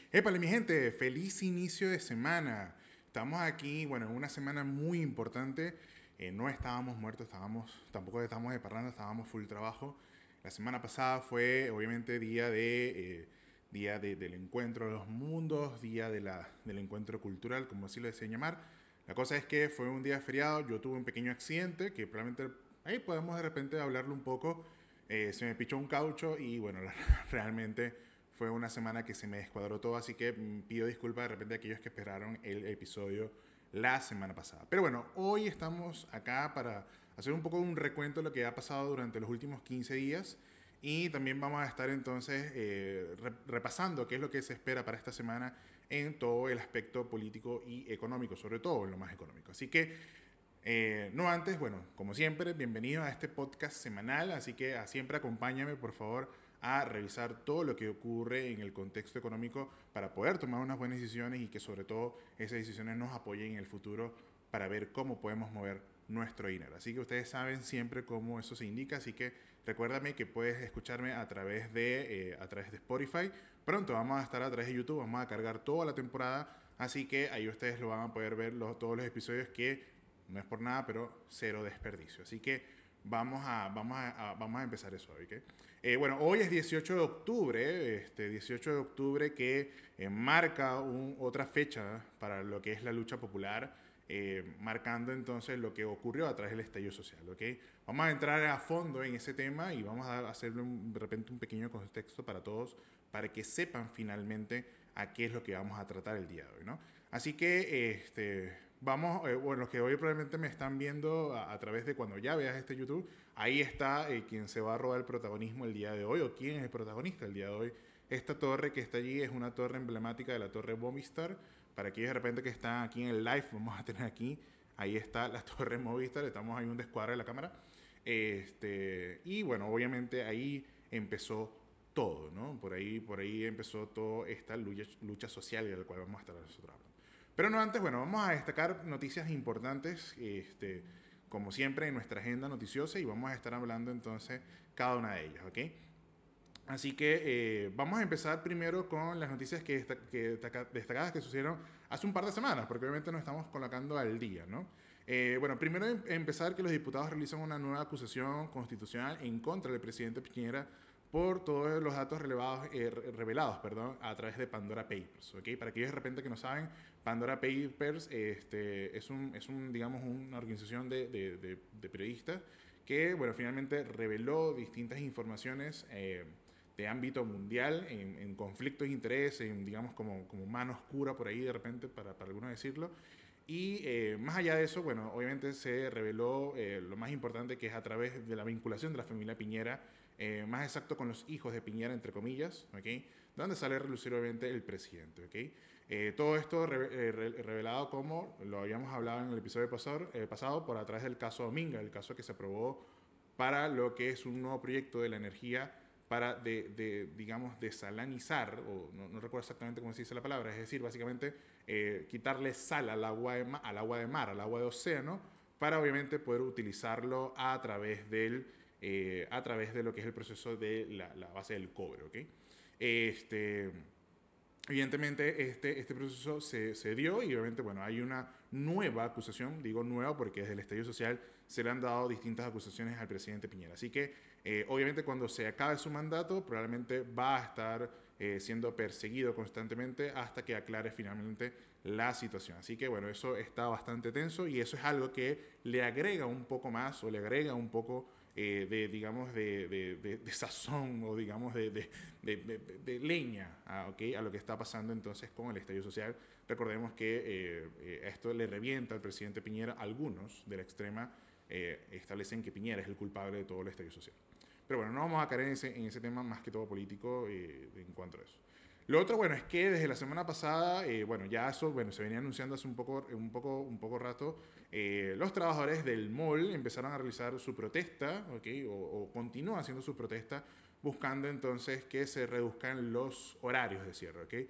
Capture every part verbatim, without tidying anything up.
Épale, mi gente, feliz inicio de semana. Estamos aquí, bueno, en una semana muy importante. Eh, no estábamos muertos, estábamos, tampoco estábamos de parranda, estábamos full trabajo. La semana pasada fue, obviamente, día de, eh, día de- del encuentro de los mundos, día de la, del encuentro cultural, como así lo deseen llamar. La cosa es que fue un día feriado, yo tuve un pequeño accidente que probablemente ahí podemos de repente hablarlo un poco. Eh, se me pichó un caucho y bueno, realmente fue una semana que se me descuadró todo, así que mm, pido disculpas de repente a aquellos que esperaron el episodio la semana pasada. Pero bueno, hoy estamos acá para hacer un poco un recuento de lo que ha pasado durante los últimos quince días y también vamos a estar entonces eh, re repasando qué es lo que se espera para esta semana en todo el aspecto político y económico, sobre todo en lo más económico. Así que eh, no antes, bueno, como siempre, bienvenido a este podcast semanal, así que a, siempre acompáñame, por favor, a revisar todo lo que ocurre en el contexto económico para poder tomar unas buenas decisiones y que sobre todo esas decisiones nos apoyen en el futuro para ver cómo podemos mover nuestro dinero. Así que ustedes saben siempre cómo eso se indica, así que recuérdame que puedes escucharme a través de, eh, a través de Spotify. Pronto vamos a estar a través de YouTube, vamos a cargar toda la temporada, así que ahí ustedes lo van a poder ver los, todos los episodios que no es por nada, pero cero desperdicio. Así que vamos a, vamos a, a vamos a empezar eso hoy. ¿Okay? Eh, bueno, hoy es dieciocho de octubre, este dieciocho de octubre que eh, marca un, otra fecha para lo que es la lucha popular, eh, marcando entonces lo que ocurrió a través del estallido social. ¿Okay? Vamos a entrar a fondo en ese tema y vamos a hacerle un, de repente un pequeño contexto para todos, para que sepan finalmente a qué es lo que vamos a tratar el día de hoy, ¿no? Así que, este, vamos, eh, bueno, los que hoy probablemente me están viendo a, a través de cuando ya veas este YouTube, ahí está eh, quien se va a robar el protagonismo el día de hoy, o quién es el protagonista el día de hoy. Esta torre que está allí es una torre emblemática de la torre Movistar. Para aquellos de repente que están aquí en el live, vamos a tener aquí, ahí está la torre Movistar, estamos ahí un descuadre de la cámara. Este, y bueno, obviamente ahí empezó todo, ¿no? Por ahí, por ahí empezó toda esta lucha, lucha social de la cual vamos a estar nosotros hablando. Pero no antes, bueno, vamos a destacar noticias importantes, este, como siempre, en nuestra agenda noticiosa y vamos a estar hablando entonces cada una de ellas, ¿ok? Así que eh, vamos a empezar primero con las noticias que, destac que destacadas que sucedieron hace un par de semanas, porque obviamente nos estamos colocando al día, ¿no? Eh, bueno, primero em empezar que los diputados realizan una nueva acusación constitucional en contra del presidente Piñera por todos los datos revelados, eh, revelados perdón, a través de Pandora Papers. ¿Okay? Para aquellos de repente que no saben, Pandora Papers este, es, un, es un, digamos, una organización de, de, de, de periodistas que bueno, finalmente reveló distintas informaciones eh, de ámbito mundial en, en conflictos de interés, en, digamos, como, como mano oscura por ahí de repente, para, para algunos decirlo. Y eh, más allá de eso, bueno, obviamente se reveló eh, lo más importante, que es a través de la vinculación de la familia Piñera, eh, más exacto con los hijos de Piñera, entre comillas, ¿okay? Donde sale a relucir obviamente el presidente. ¿Okay? Eh, todo esto re, eh, re, revelado como lo habíamos hablado en el episodio pasado, eh, pasado por a través del caso Dominga, el caso que se aprobó para lo que es un nuevo proyecto de la energía para, de, de, digamos, desalinizar, o no, no recuerdo exactamente cómo se dice la palabra, es decir, básicamente eh, quitarle sal al agua, de al agua de mar, al agua de océano, para obviamente poder utilizarlo a través, del, eh, a través de lo que es el proceso de la, la base del cobre. ¿Okay? Este, evidentemente este, este proceso se, se dio y obviamente bueno, hay una nueva acusación, digo nueva porque desde el estallido social se le han dado distintas acusaciones al presidente Piñera. Así que eh, obviamente cuando se acabe su mandato probablemente va a estar eh, siendo perseguido constantemente hasta que aclare finalmente la situación. Así que bueno, eso está bastante tenso y eso es algo que le agrega un poco más o le agrega un poco eh, de, digamos, de, de, de, de sazón o digamos de, de, de, de, de leña a, ¿okay? a lo que está pasando entonces con el estallido social. Recordemos que eh, eh, esto le revienta al presidente Piñera. Algunos de la extrema eh, establecen que Piñera es el culpable de todo el estallido social. Pero bueno, no vamos a caer en ese, en ese tema más que todo político eh, en cuanto a eso. Lo otro, bueno, es que desde la semana pasada, eh, bueno, ya eso, bueno, se venía anunciando hace un poco, un poco, un poco rato, eh, los trabajadores del mall empezaron a realizar su protesta, ¿okay? o, o continúan haciendo su protesta, buscando entonces que se reduzcan los horarios de cierre, ¿okay?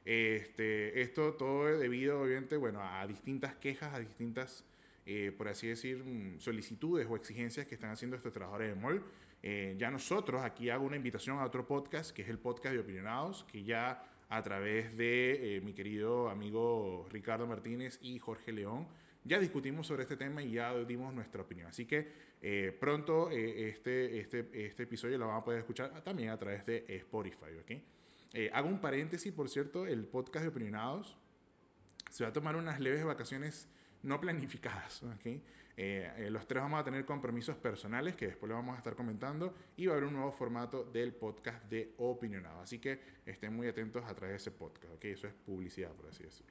Este, esto todo debido, obviamente, bueno, a distintas quejas, a distintas, eh, por así decir, solicitudes o exigencias que están haciendo estos trabajadores del mall. Eh, ya nosotros, aquí hago una invitación a otro podcast, que es el podcast de Opinionados, que ya a través de eh, mi querido amigo Ricardo Martínez y Jorge León. Ya discutimos sobre este tema y ya dimos nuestra opinión. Así que eh, pronto eh, este, este, este episodio lo van a poder escuchar también a través de Spotify. ¿Okay? Eh, hago un paréntesis, por cierto, el podcast de Opinionados se va a tomar unas leves vacaciones no planificadas. ¿Okay? Eh, eh, los tres vamos a tener compromisos personales que después le vamos a estar comentando y va a haber un nuevo formato del podcast de Opinionados. Así que estén muy atentos a través de ese podcast. ¿Okay? Eso es publicidad, por así decirlo.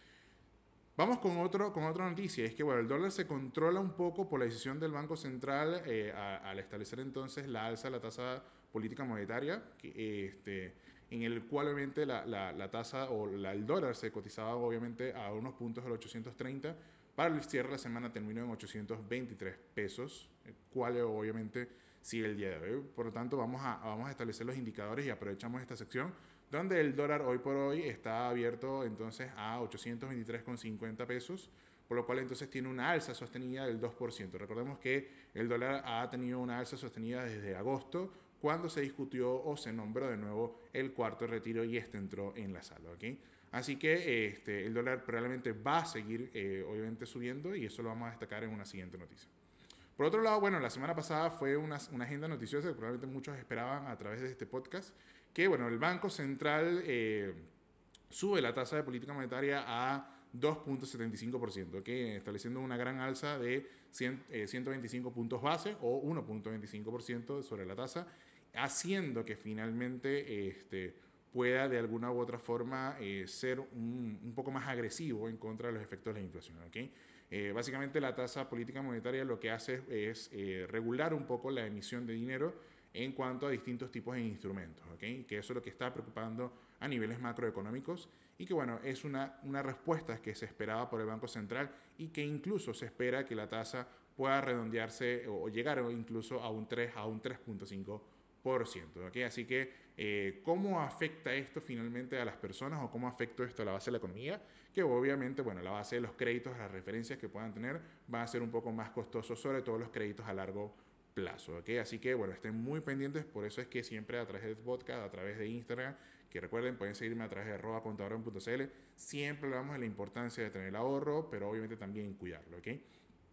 Vamos con, otro, con otra noticia, es que bueno, el dólar se controla un poco por la decisión del Banco Central eh, a, al establecer entonces la alza de la tasa política monetaria, que, este, en el cual obviamente la, la, la tasa o la, el dólar se cotizaba obviamente a unos puntos del ochocientos treinta, para el cierre de la semana terminó en ochocientos veintitrés pesos, el cual obviamente sigue el día de hoy. Por lo tanto, vamos a, vamos a establecer los indicadores y aprovechamos esta sección donde el dólar hoy por hoy está abierto entonces a ochocientos veintitrés con cincuenta pesos, por lo cual entonces tiene una alza sostenida del dos por ciento. Recordemos que el dólar ha tenido una alza sostenida desde agosto, cuando se discutió o se nombró de nuevo el cuarto retiro y este entró en la sala. ¿Okay? Así que este, el dólar probablemente va a seguir eh, obviamente subiendo y eso lo vamos a destacar en una siguiente noticia. Por otro lado, bueno, la semana pasada fue una, una agenda noticiosa que probablemente muchos esperaban a través de este podcast, que bueno, el Banco Central eh, sube la tasa de política monetaria a dos punto setenta y cinco por ciento, ¿okay? Estableciendo una gran alza de cien, eh, ciento veinticinco puntos base o uno punto veinticinco por ciento sobre la tasa, haciendo que finalmente este, pueda de alguna u otra forma eh, ser un, un poco más agresivo en contra de los efectos de la inflación. ¿Okay? Eh, básicamente la tasa política monetaria lo que hace es eh, regular un poco la emisión de dinero en cuanto a distintos tipos de instrumentos, ¿okay? Que eso es lo que está preocupando a niveles macroeconómicos y que bueno, es una, una respuesta que se esperaba por el Banco Central y que incluso se espera que la tasa pueda redondearse o, o llegar incluso a un tres, a un tres punto cinco por ciento. ¿Okay? Así que, eh, ¿cómo afecta esto finalmente a las personas o cómo afecta esto a la base de la economía? Que obviamente, bueno, la base de los créditos, las referencias que puedan tener, va a ser un poco más costoso, sobre todo los créditos a largo plazo. ¿Okay? Así que, bueno, estén muy pendientes, por eso es que siempre a través del podcast, a través de Instagram, que recuerden, pueden seguirme a través de arroba contador punto c l, siempre hablamos de la importancia de tener el ahorro, pero obviamente también cuidarlo. ¿Okay?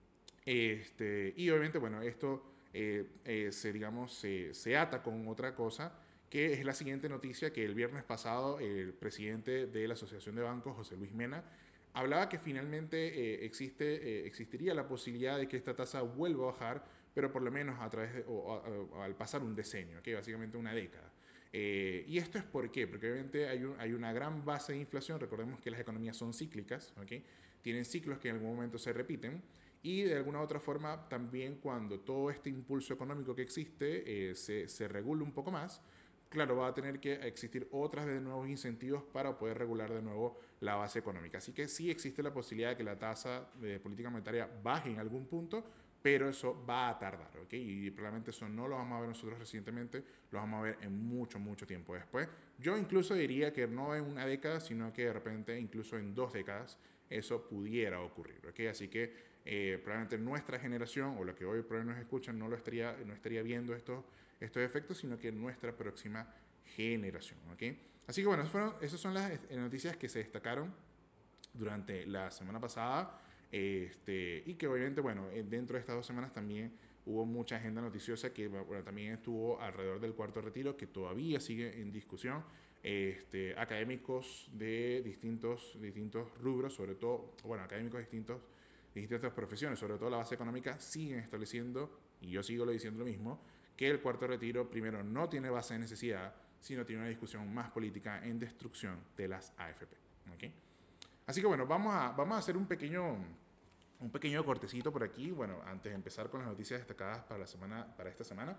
Este, y obviamente, bueno, esto eh, eh, se, digamos, se, se ata con otra cosa, que es la siguiente noticia, que el viernes pasado el presidente de la Asociación de Bancos, José Luis Mena, hablaba que finalmente eh, existe, eh, existiría la posibilidad de que esta tasa vuelva a bajar, pero por lo menos a través de, o, o, o, al pasar un decenio, ¿okay? Básicamente una década. Eh, ¿Y esto es por qué? Porque obviamente hay, un, hay una gran base de inflación. Recordemos que las economías son cíclicas, ¿okay? Tienen ciclos que en algún momento se repiten. Y de alguna u otra forma, también cuando todo este impulso económico que existe eh, se, se regula un poco más, claro, va a tener que existir otras de nuevos incentivos para poder regular de nuevo la base económica. Así que sí existe la posibilidad de que la tasa de política monetaria baje en algún punto, pero eso va a tardar, ¿ok? Y probablemente eso no lo vamos a ver nosotros recientemente, lo vamos a ver en mucho, mucho tiempo después. Yo incluso diría que no en una década, sino que de repente incluso en dos décadas eso pudiera ocurrir, ¿ok? Así que eh, probablemente nuestra generación o lo que hoy probablemente nos escuchan no lo estaría, no estaría viendo estos, estos efectos, sino que nuestra próxima generación, ¿ok? Así que bueno, esas, fueron, esas son las noticias que se destacaron durante la semana pasada. Este, y que obviamente, bueno, dentro de estas dos semanas también hubo mucha agenda noticiosa que bueno, también estuvo alrededor del cuarto retiro, que todavía sigue en discusión. Este, académicos de distintos, distintos rubros, sobre todo, bueno, académicos de distintos, distintas profesiones, sobre todo la base económica, siguen estableciendo, y yo sigo lo diciendo lo mismo, que el cuarto retiro primero no tiene base de necesidad, sino tiene una discusión más política en destrucción de las A F P. ¿Okay? Así que bueno, vamos a, vamos a hacer un pequeño, un pequeño cortecito por aquí, bueno, antes de empezar con las noticias destacadas para, la semana, para esta semana.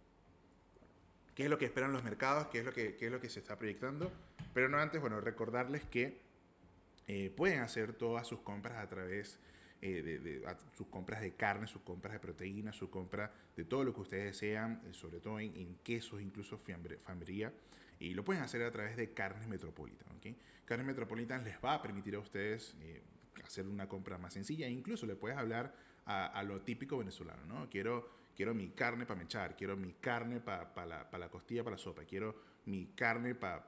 ¿Qué es lo que esperan los mercados? ¿Qué es lo que, qué es lo que se está proyectando? Pero no antes, bueno, recordarles que eh, pueden hacer todas sus compras a través eh, de, de a, sus compras de carne, sus compras de proteínas, sus compras de todo lo que ustedes desean, eh, sobre todo en, en quesos, incluso fiambrería. Y lo pueden hacer a través de Carnes Metropolitan, ¿okay? Carnes Metropolitan les va a permitir a ustedes eh, hacer una compra más sencilla e incluso le puedes hablar a, a lo típico venezolano, ¿no? Quiero, quiero mi carne para mechar, quiero mi carne para pa la, pa la costilla, para la sopa, quiero mi carne para pa,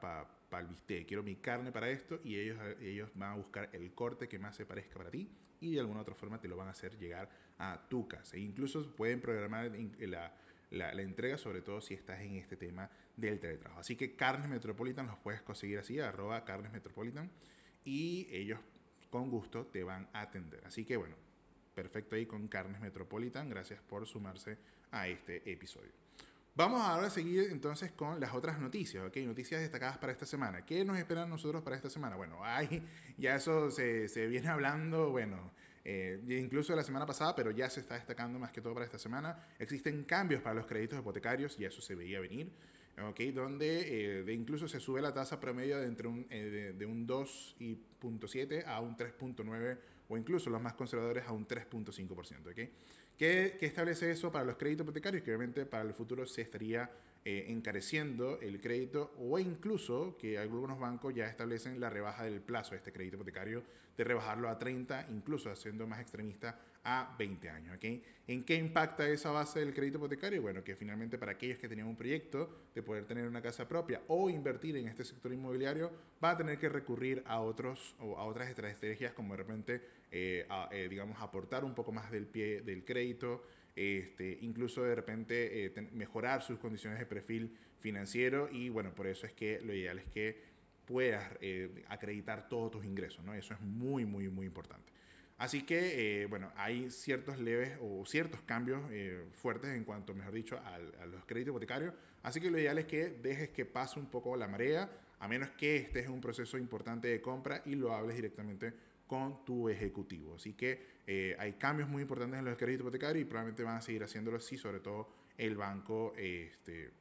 pa el bistec, quiero mi carne para esto, y ellos, ellos van a buscar el corte que más se parezca para ti y de alguna otra forma te lo van a hacer llegar a tu casa. E incluso pueden programar la, la, la entrega, sobre todo si estás en este tema del teletrabajo. Así que Carnes Metropolitan los puedes conseguir así, arroba Carnes Metropolitan, y ellos con gusto te van a atender. Así que bueno, perfecto ahí con Carnes Metropolitan. Gracias por sumarse a este episodio. Vamos ahora a seguir entonces con las otras noticias, ¿ok? Noticias destacadas para esta semana. ¿Qué nos esperan nosotros para esta semana? Bueno, hay, ya eso se, se viene hablando, bueno, eh, incluso la semana pasada, pero ya se está destacando más que todo para esta semana. Existen cambios para los créditos hipotecarios y eso se veía venir, ¿ok? Donde eh, de incluso se sube la tasa promedio de, entre un, eh, de, de un dos punto siete a un tres punto nueve o incluso los más conservadores a un tres punto cinco por ciento, ¿ok? ¿Qué, ¿Qué establece eso para los créditos hipotecarios? Que obviamente para el futuro se estaría eh, encareciendo el crédito, o incluso que algunos bancos ya establecen la rebaja del plazo de este crédito hipotecario, de rebajarlo a treinta, incluso haciendo más extremista a veinte años. ¿Okay? ¿En qué impacta esa base del crédito hipotecario? Bueno, que finalmente para aquellos que tenían un proyecto de poder tener una casa propia o invertir en este sector inmobiliario, van a tener que recurrir a, otros, o a otras estrategias, como de repente, eh, a, eh, digamos, aportar un poco más del pie del crédito, este, incluso de repente eh, ten, mejorar sus condiciones de perfil financiero, y bueno, por eso es que lo ideal es que puedas eh, acreditar todos tus ingresos, ¿no? Eso es muy, muy, muy importante. Así que, eh, bueno, hay ciertos leves o ciertos cambios eh, fuertes en cuanto, mejor dicho, al, a los créditos hipotecarios. Así que lo ideal es que dejes que pase un poco la marea, a menos que estés en un proceso importante de compra y lo hables directamente con tu ejecutivo. Así que eh, hay cambios muy importantes en los créditos hipotecarios y probablemente van a seguir haciéndolo así, sobre todo el banco, este,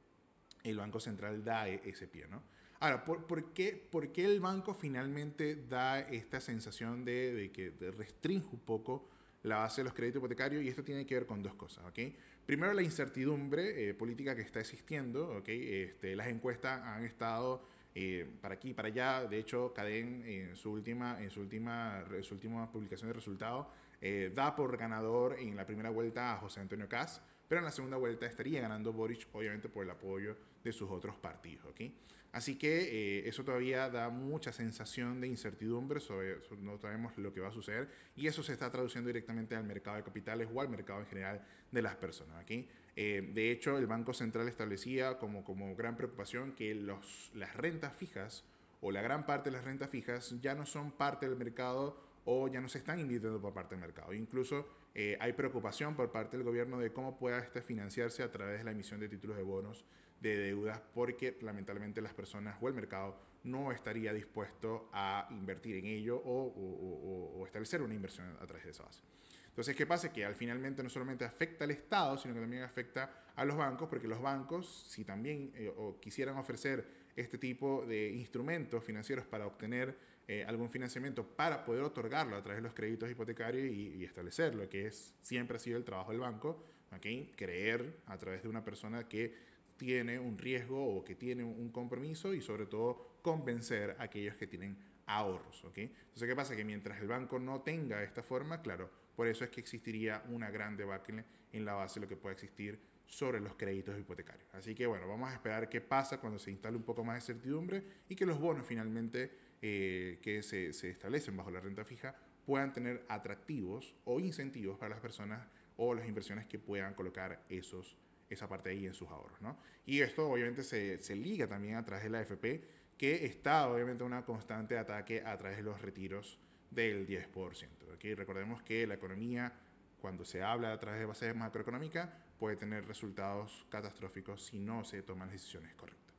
el Banco Central da ese pie, ¿no? Ahora, ¿por, por, qué, ¿por qué el banco finalmente da esta sensación de, de que de restringe un poco la base de los créditos hipotecarios? Y esto tiene que ver con dos cosas, ¿ok? Primero, la incertidumbre eh, política que está existiendo, ¿ok? Este, las encuestas han estado eh, para aquí y para allá. De hecho, Cadén en su última, en su última, en su última publicación de resultados eh, da por ganador en la primera vuelta a José Antonio Caz, pero en la segunda vuelta estaría ganando Boric, obviamente por el apoyo de sus otros partidos, ¿ok? Así que eh, eso todavía da mucha sensación de incertidumbre sobre, sobre, no sabemos lo que va a suceder, y eso se está traduciendo directamente al mercado de capitales o al mercado en general de las personas, ¿ok? Eh, de hecho, el Banco Central establecía como, como gran preocupación que los, las rentas fijas, o la gran parte de las rentas fijas, ya no son parte del mercado o ya no se están invirtiendo por parte del mercado. Incluso eh, hay preocupación por parte del gobierno de cómo pueda este financiarse a través de la emisión de títulos de bonos de deudas, porque lamentablemente las personas o el mercado no estaría dispuesto a invertir en ello o, o, o, o establecer una inversión a través de esa base. Entonces, ¿qué pasa? Que al finalmente no solamente afecta al Estado, sino que también afecta a los bancos, porque los bancos, si también eh, o quisieran ofrecer este tipo de instrumentos financieros para obtener eh, algún financiamiento, para poder otorgarlo a través de los créditos hipotecarios y, y establecerlo, que es, siempre ha sido el trabajo del banco, ¿okay? Creer a través de una persona que tiene un riesgo o que tiene un compromiso, y sobre todo convencer a aquellos que tienen ahorros, ¿ok? Entonces, ¿qué pasa? Que mientras el banco no tenga esta forma, claro, por eso es que existiría una gran debacle en la base de lo que puede existir sobre los créditos hipotecarios. Así que bueno, vamos a esperar qué pasa cuando se instale un poco más de certidumbre y que los bonos finalmente eh, que se, se establecen bajo la renta fija puedan tener atractivos o incentivos para las personas o las inversiones que puedan colocar esos esa parte ahí en sus ahorros, ¿no? Y esto obviamente se, se liga también a través de la A F P, que está obviamente una constante ataque a través de los retiros del diez por ciento, ¿okay? Recordemos que la economía, cuando se habla a través de bases macroeconómicas, puede tener resultados catastróficos si no se toman decisiones correctas.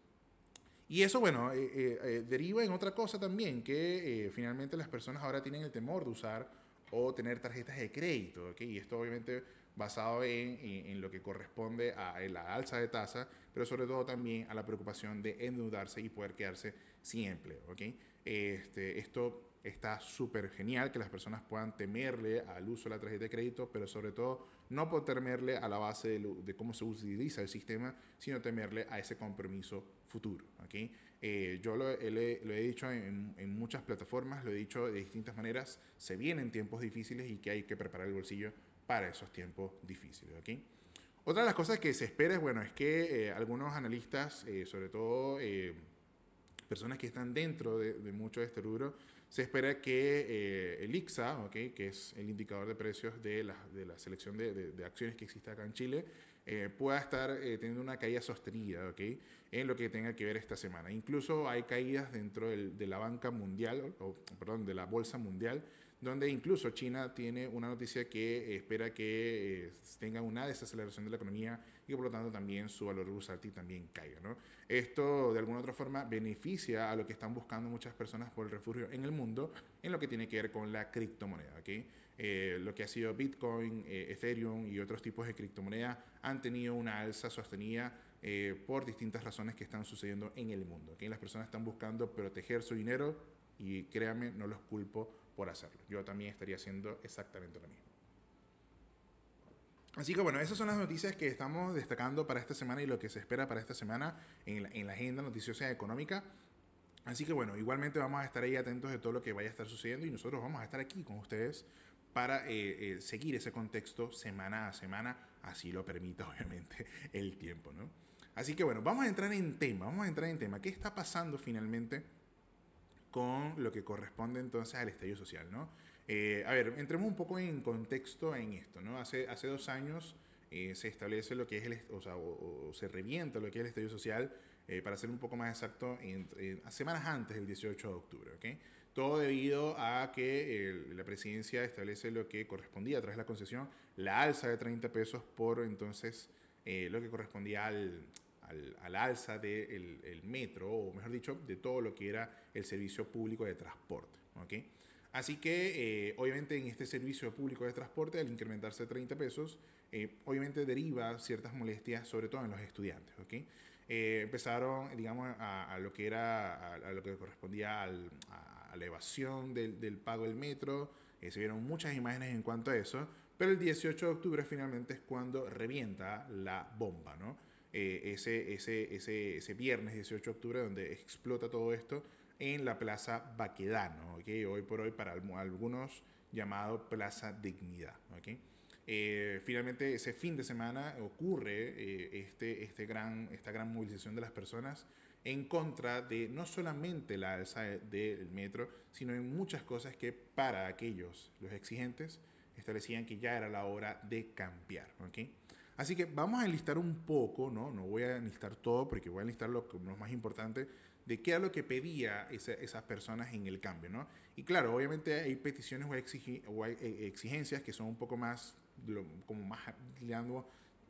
Y eso, bueno, eh, eh, deriva en otra cosa también, que eh, finalmente las personas ahora tienen el temor de usar o tener tarjetas de crédito, ¿okay? Y esto obviamente basado en, en, en lo que corresponde a la alza de tasa, pero sobre todo también a la preocupación de endeudarse y poder quedarse sin empleo, ¿okay? Este, esto está súper genial, que las personas puedan temerle al uso de la tarjeta de crédito, pero sobre todo no por temerle a la base de, lo, de cómo se utiliza el sistema, sino temerle a ese compromiso futuro, ¿okay? Eh, yo lo, le, lo he dicho en, en muchas plataformas, lo he dicho de distintas maneras, se vienen tiempos difíciles y que hay que preparar el bolsillo para esos tiempos difíciles, ¿okay? Otra de las cosas que se espera es, bueno, es que eh, algunos analistas, eh, sobre todo eh, personas que están dentro de, de mucho de este rubro, se espera que eh, el I C S A, ¿okay? Que es el indicador de precios de la, de la selección de, de, de acciones que existe acá en Chile, eh, pueda estar eh, teniendo una caída sostenida, ¿okay? En lo que tenga que ver esta semana. Incluso hay caídas dentro del, de la banca mundial, o, perdón, de la bolsa mundial, donde incluso China tiene una noticia que espera que eh, tenga una desaceleración de la economía y que por lo tanto también su valor bursátil también caiga, ¿no? Esto de alguna otra forma beneficia a lo que están buscando muchas personas por el refugio en el mundo en lo que tiene que ver con la criptomoneda, ¿okay? Eh, lo que ha sido Bitcoin, eh, Ethereum y otros tipos de criptomonedas han tenido una alza sostenida eh, por distintas razones que están sucediendo en el mundo, ¿okay? Las personas están buscando proteger su dinero y créanme, no los culpo por hacerlo. Yo también estaría haciendo exactamente lo mismo. Así que bueno, esas son las noticias que estamos destacando para esta semana y lo que se espera para esta semana en la, en la agenda noticiosa económica. Así que bueno, igualmente vamos a estar ahí atentos de todo lo que vaya a estar sucediendo y nosotros vamos a estar aquí con ustedes para eh, eh, seguir ese contexto semana a semana, así lo permita obviamente el tiempo, ¿no? Así que bueno, vamos a entrar en tema, vamos a entrar en tema. ¿Qué está pasando finalmente con lo que corresponde entonces al estallido social, ¿no? Eh, a ver, entremos un poco en contexto en esto, ¿no? Hace, hace dos años eh, se establece lo que es el, o sea, o, o se revienta lo que es el estallido social, eh, para ser un poco más exacto, en, en, semanas antes del dieciocho de octubre, ¿ok? Todo debido a que el, la presidencia establece lo que correspondía a través de la concesión, la alza de treinta pesos por entonces eh, lo que correspondía al, al, al alza del de el metro, o mejor dicho, de todo lo que era el servicio público de transporte, ¿ok? Así que, eh, obviamente, en este servicio público de transporte, al incrementarse treinta pesos, eh, obviamente deriva ciertas molestias, sobre todo en los estudiantes, ¿ok? Eh, empezaron, digamos, a, a lo que era, a, a lo que correspondía al, a, a la evasión del, del pago del metro, eh, se vieron muchas imágenes en cuanto a eso, pero el dieciocho de octubre finalmente es cuando revienta la bomba, ¿no? Eh, ese, ese, ese, ese viernes dieciocho de octubre, donde explota todo esto en la Plaza Baquedano, ¿okay? Hoy por hoy para algunos llamado Plaza Dignidad, ¿okay? Eh, finalmente ese fin de semana ocurre eh, este, este gran, esta gran movilización de las personas en contra de no solamente la alza del metro, sino en muchas cosas que para aquellos, los exigentes, establecían que ya era la hora de cambiar, ¿okay? Así que vamos a enlistar un poco, ¿no? No voy a enlistar todo porque voy a enlistar lo, lo más importante de qué era lo que pedía esa, esas personas en el cambio, ¿no? Y claro, obviamente hay peticiones o, exigi, o hay exigencias que son un poco más, como más, digamos,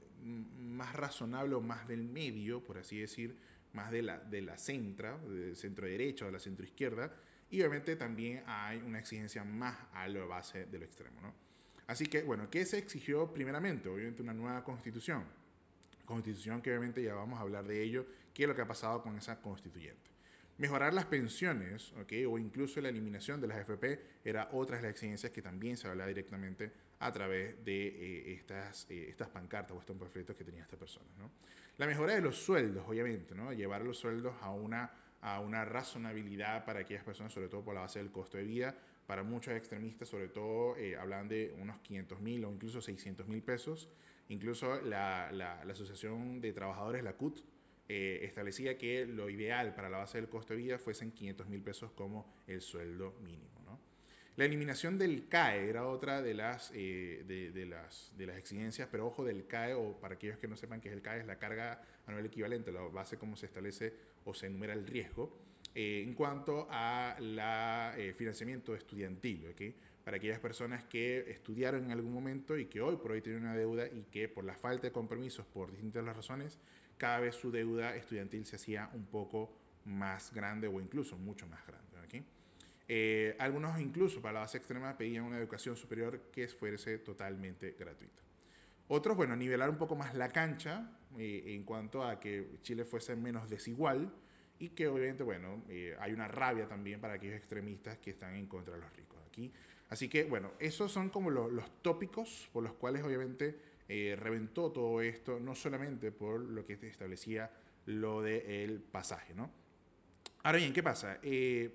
más razonable o más del medio, por así decir, más de la, de la centra, de centro derecha o de la centro izquierda, y obviamente también hay una exigencia más a la base de lo extremo, ¿no? Así que, bueno, ¿qué se exigió primeramente? Obviamente una nueva constitución. Constitución que obviamente ya vamos a hablar de ello, qué es lo que ha pasado con esa constituyente. Mejorar las pensiones, ¿okay? O incluso la eliminación de las A F P era otra de las exigencias que también se hablaba directamente a través de eh, estas, eh, estas pancartas o estos panfletos que tenía esta persona, ¿no? La mejora de los sueldos, obviamente, ¿no? Llevar los sueldos a una, a una razonabilidad para aquellas personas, sobre todo por la base del costo de vida. Para muchos extremistas, sobre todo, eh, hablan de unos quinientos mil o incluso seiscientos mil pesos. Incluso la, la, la Asociación de Trabajadores, la C U T, eh, establecía que lo ideal para la base del costo de vida fuesen quinientos mil pesos como el sueldo mínimo, ¿no? La eliminación del C A E era otra de las, eh, de, de, las, de las exigencias, pero ojo, del C A E, o para aquellos que no sepan qué es el C A E, es la carga anual equivalente, la base como se establece o se enumera el riesgo, eh, en cuanto a la eh, financiamiento estudiantil, ¿okay? Para aquellas personas que estudiaron en algún momento y que hoy por hoy tienen una deuda y que por la falta de compromisos, por distintas razones, cada vez su deuda estudiantil se hacía un poco más grande o incluso mucho más grande, ¿okay? Eh, algunos incluso para la base extrema pedían una educación superior que fuese totalmente gratuita. Otros, bueno, nivelar un poco más la cancha eh, en cuanto a que Chile fuese menos desigual y que obviamente, bueno, eh, hay una rabia también para aquellos extremistas que están en contra de los ricos aquí. Así que, bueno, esos son como lo, los tópicos por los cuales obviamente eh, reventó todo esto, no solamente por lo que establecía lo del pasaje, ¿no? Ahora bien, ¿qué pasa? Eh,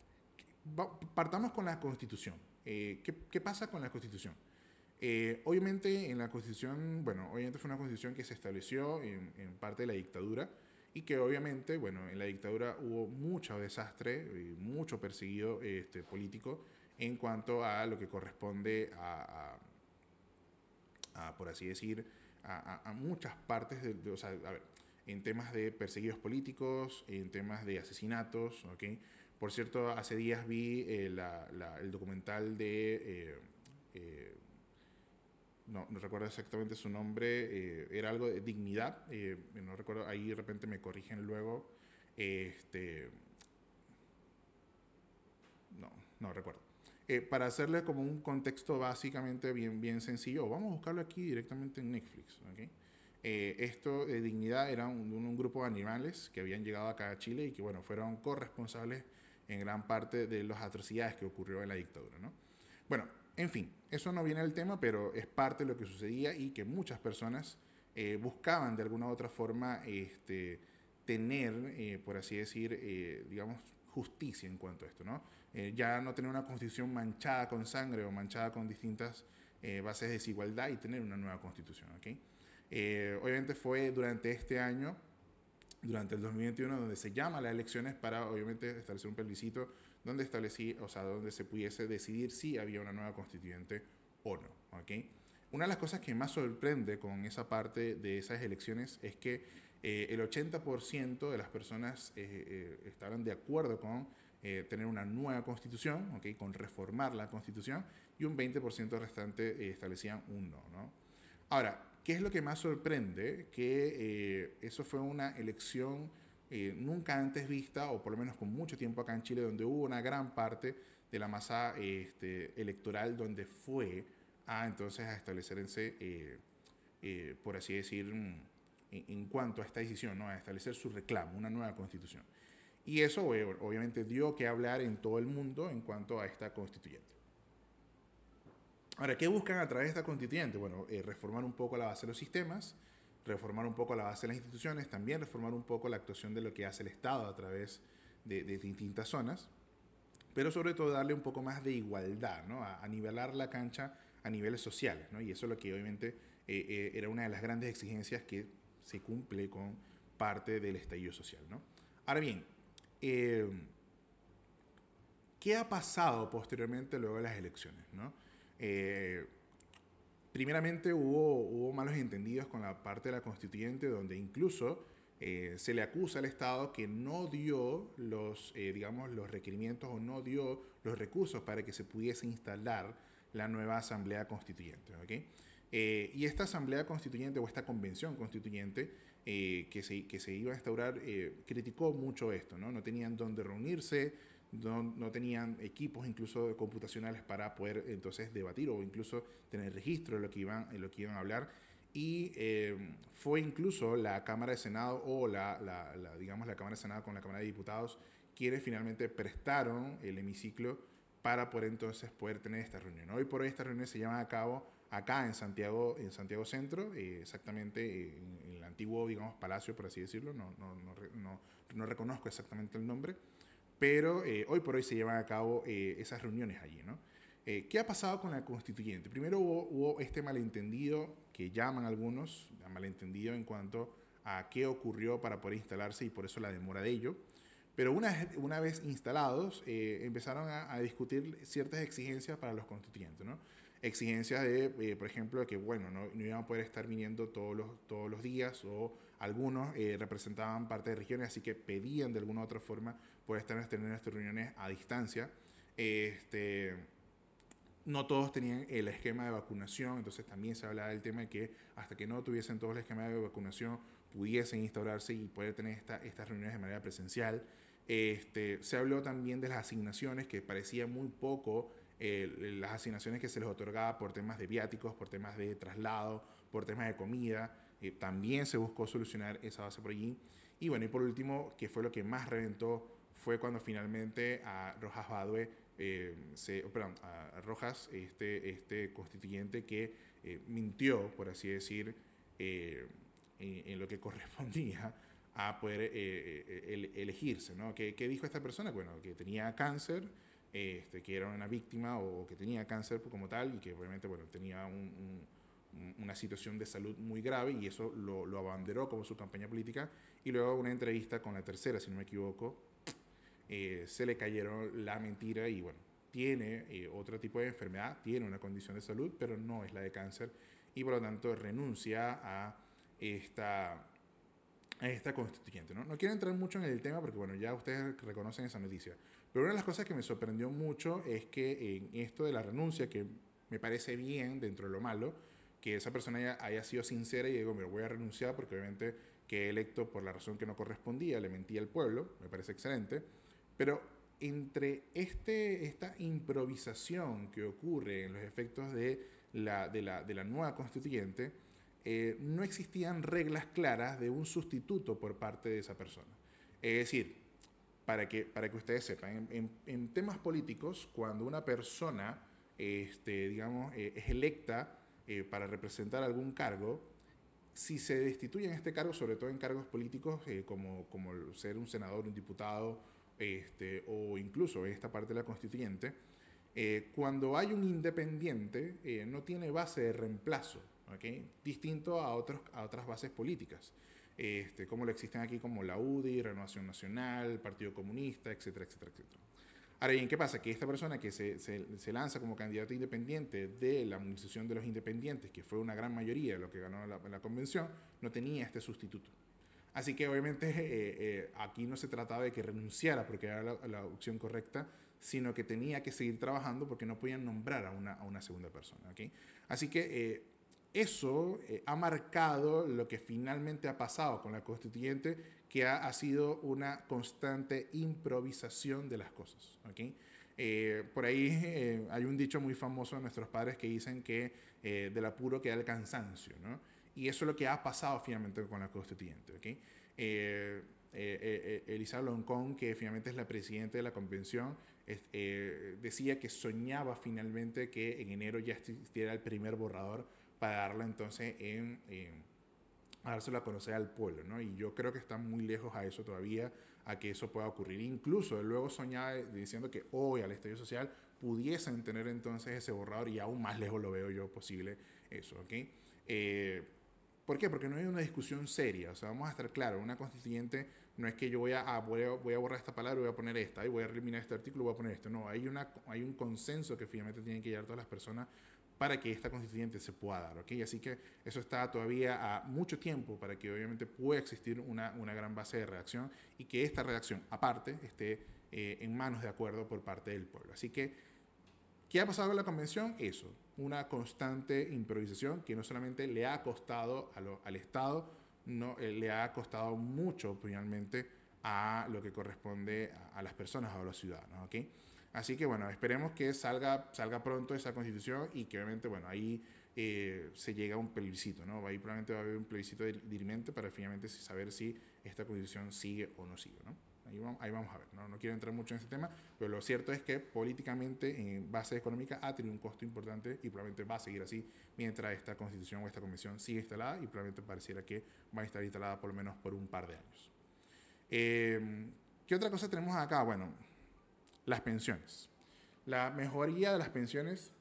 partamos con la Constitución. Eh, ¿qué, ¿Qué pasa con la Constitución? Eh, obviamente en la Constitución, bueno, obviamente fue una Constitución que se estableció en, en parte de la dictadura y que obviamente, bueno, en la dictadura hubo mucho desastre, y mucho perseguido este, político en cuanto a lo que corresponde a, a, a por así decir, a, a, a muchas partes, de, de, o sea, a ver, en temas de perseguidos políticos, en temas de asesinatos, ¿ok? Por cierto, hace días vi eh, la, la, el documental de... Eh, eh, no, no recuerdo exactamente su nombre, eh, era algo de dignidad, eh, no recuerdo, ahí de repente me corrigen luego, este, no, no recuerdo. Eh, para hacerle como un contexto básicamente bien, bien sencillo, vamos a buscarlo aquí directamente en Netflix, ¿okay? Eh, esto de dignidad era un, un, grupo de animales que habían llegado acá a Chile y que, bueno, fueron corresponsables en gran parte de las atrocidades que ocurrió en la dictadura, ¿no? Bueno, en fin, eso no viene del tema, pero es parte de lo que sucedía y que muchas personas eh, buscaban de alguna u otra forma este, tener, eh, por así decir, eh, digamos, justicia en cuanto a esto, ¿no? Eh, ya no tener una constitución manchada con sangre o manchada con distintas eh, bases de desigualdad y tener una nueva constitución, ¿ok? Eh, obviamente fue durante este año, durante el dos mil veintiuno, donde se llama las elecciones para, obviamente, establecer un plebiscito donde establecí, o sea, donde se pudiese decidir si había una nueva constituyente o no, ¿ok? Una de las cosas que más sorprende con esa parte de esas elecciones es que eh, el ochenta por ciento de las personas eh, eh, estaban de acuerdo con eh, tener una nueva constitución, ¿okay? Con reformar la constitución, y un veinte por ciento restante eh, establecían un no, ¿no? Ahora, ¿qué es lo que más sorprende? Que eh, eso fue una elección eh, nunca antes vista, o por lo menos con mucho tiempo acá en Chile, donde hubo una gran parte de la masa este, electoral donde fue a entonces a establecerse, eh, eh, por así decir, en, en cuanto a esta decisión, ¿no? A establecer su reclamo, una nueva constitución. Y eso obviamente dio que hablar en todo el mundo en cuanto a esta constituyente. Ahora, ¿qué buscan a través de esta constituyente? Bueno, eh, reformar un poco la base de los sistemas, reformar un poco la base de las instituciones, también reformar un poco la actuación de lo que hace el Estado a través de, de distintas zonas, pero sobre todo darle un poco más de igualdad, ¿no? A, a nivelar la cancha a niveles sociales, ¿no? Y eso es lo que obviamente eh, eh, era una de las grandes exigencias que se cumple con parte del estallido social, ¿no? Ahora bien, eh, ¿qué ha pasado posteriormente luego de las elecciones, ¿no? Eh, primeramente hubo, hubo malos entendidos con la parte de la constituyente, donde incluso eh, se le acusa al Estado que no dio los, eh, digamos, los requerimientos o no dio los recursos para que se pudiese instalar la nueva asamblea constituyente, ¿okay? Eh, y esta asamblea constituyente o esta convención constituyente eh, que, se, que se iba a instaurar eh, criticó mucho esto, ¿no? No tenían dónde reunirse, no, no tenían equipos incluso computacionales para poder entonces debatir o incluso tener registro de lo que iban, de lo que iban a hablar. Y eh, fue incluso la Cámara de Senado o la, la, la, digamos, la Cámara de Senado con la Cámara de Diputados quienes finalmente prestaron el hemiciclo para poder entonces poder tener esta reunión. Hoy por hoy esta reunión se lleva a cabo acá en Santiago, en Santiago Centro, eh, exactamente en, en el antiguo, digamos, palacio, por así decirlo, no, no, no, no, no reconozco exactamente el nombre, pero eh, hoy por hoy se llevan a cabo eh, esas reuniones allí, ¿no? Eh, ¿Qué ha pasado con la constituyente? Primero hubo, hubo este malentendido que llaman algunos, malentendido en cuanto a qué ocurrió para poder instalarse y por eso la demora de ello. Pero una, una vez instalados, eh, empezaron a, a discutir ciertas exigencias para los constituyentes, ¿no? Exigencias de, eh, por ejemplo, que bueno, no, no iban a poder estar viniendo todos los, todos los días, o algunos eh, representaban parte de regiones, así que pedían de alguna u otra forma poder estar teniendo estas reuniones a distancia. Este, no todos tenían el esquema de vacunación, entonces también se hablaba del tema de que hasta que no tuviesen todos el esquema de vacunación pudiesen instaurarse y poder tener esta, estas reuniones de manera presencial. Este, se habló también de las asignaciones, que parecía muy poco eh, las asignaciones que se les otorgaba por temas de viáticos, por temas de traslado, por temas de comida. Eh, también se buscó solucionar esa base por allí. Y bueno, y por último, que fue lo que más reventó, fue cuando finalmente a Rojas Badue, eh, se, perdón, a Rojas, este, este constituyente que eh, mintió, por así decir, eh, en, en lo que correspondía a poder eh, el, elegirse, ¿no? ¿Qué, ¿Qué dijo esta persona? Bueno, que tenía cáncer, este, que era una víctima o que tenía cáncer como tal y que obviamente, bueno, tenía un, un, una situación de salud muy grave y eso lo, lo abanderó como su campaña política y luego una entrevista con La Tercera, si no me equivoco, eh, se le cayeron la mentira y bueno, tiene eh, otro tipo de enfermedad, tiene una condición de salud, pero no es la de cáncer y por lo tanto renuncia a esta, a esta constituyente. ¿no? no quiero entrar mucho en el tema porque bueno, ya ustedes reconocen esa noticia, pero una de las cosas que me sorprendió mucho es que en esto de la renuncia, que me parece bien dentro de lo malo, que esa persona haya, haya sido sincera y digo, me voy a renunciar porque obviamente que electo por la razón que no correspondía, le mentía al pueblo, me parece excelente, pero entre este, esta improvisación que ocurre en los efectos de la, de la, de la nueva constituyente, eh, no existían reglas claras de un sustituto por parte de esa persona. Es decir, para que, para que ustedes sepan, en, en, en temas políticos, cuando una persona este, digamos, eh, es electa eh, para representar algún cargo, si se destituye en este cargo, sobre todo en cargos políticos eh, como, como ser un senador, un diputado, este, o incluso esta parte de la constituyente, eh, cuando hay un independiente eh, no tiene base de reemplazo, ¿okay? Distinto a, otros, a otras bases políticas, este, como lo existen aquí como la U D I, Renovación Nacional, Partido Comunista, etcétera, etcétera, etcétera. Ahora bien, ¿qué pasa? Que esta persona que se, se, se lanza como candidato independiente de la movilización de los independientes, que fue una gran mayoría de lo que ganó la, la convención, no tenía este sustituto. Así que obviamente eh, eh, aquí no se trataba de que renunciara porque era la, la opción correcta, sino que tenía que seguir trabajando porque no podían nombrar a una, a una segunda persona. ¿Okay? Así que eh, eso eh, ha marcado lo que finalmente ha pasado con la constituyente, que ha, ha sido una constante improvisación de las cosas. ¿Okay? Eh, por ahí eh, hay un dicho muy famoso de nuestros padres que dicen que eh, del apuro queda el cansancio, ¿no? Y eso es lo que ha pasado finalmente con la constituyente. ¿Okay? Eh, eh, eh, Elisa Loncón, que finalmente es la presidenta de la convención, es, eh, decía que soñaba finalmente que en enero ya existiera el primer borrador para darlo entonces en, en a dárselo a conocer al pueblo, ¿no? Y yo creo que está muy lejos a eso todavía, a que eso pueda ocurrir. Incluso él luego soñaba diciendo que hoy al estallido social pudiesen tener entonces ese borrador y aún más lejos lo veo yo posible eso, ¿ok? Eh, ¿Por qué? Porque no hay una discusión seria. O sea, vamos a estar claros, una constituyente no es que yo voy a, ah, voy a, voy a borrar esta palabra y voy a poner esta, y voy a eliminar este artículo y voy a poner esto. No, hay, una, hay un consenso que finalmente tienen que llegar todas las personas para que esta constituyente se pueda dar, ¿ok? Así que eso está todavía a mucho tiempo para que obviamente pueda existir una, una gran base de redacción y que esta redacción, aparte, esté eh, en manos de acuerdo por parte del pueblo. Así que, ¿qué ha pasado con la convención? Eso, una constante improvisación que no solamente le ha costado a lo, al Estado, no, eh, le ha costado mucho finalmente a lo que corresponde a, a las personas, a los ciudadanos, ¿ok? Así que bueno, esperemos que salga, salga pronto esa constitución y que obviamente, bueno, ahí eh, se llega a un plebiscito, ¿no? Ahí probablemente va a haber un plebiscito dirimente para finalmente saber si esta constitución sigue o no sigue, ¿no? Ahí vamos, ahí vamos a ver, ¿no? No quiero entrar mucho en ese tema, pero lo cierto es que políticamente, en base económica, ha tenido un costo importante y probablemente va a seguir así mientras esta constitución o esta convención sigue instalada y probablemente pareciera que va a estar instalada por lo menos por un par de años. Eh, ¿Qué otra cosa tenemos acá? Bueno, las pensiones. La mejoría de las pensiones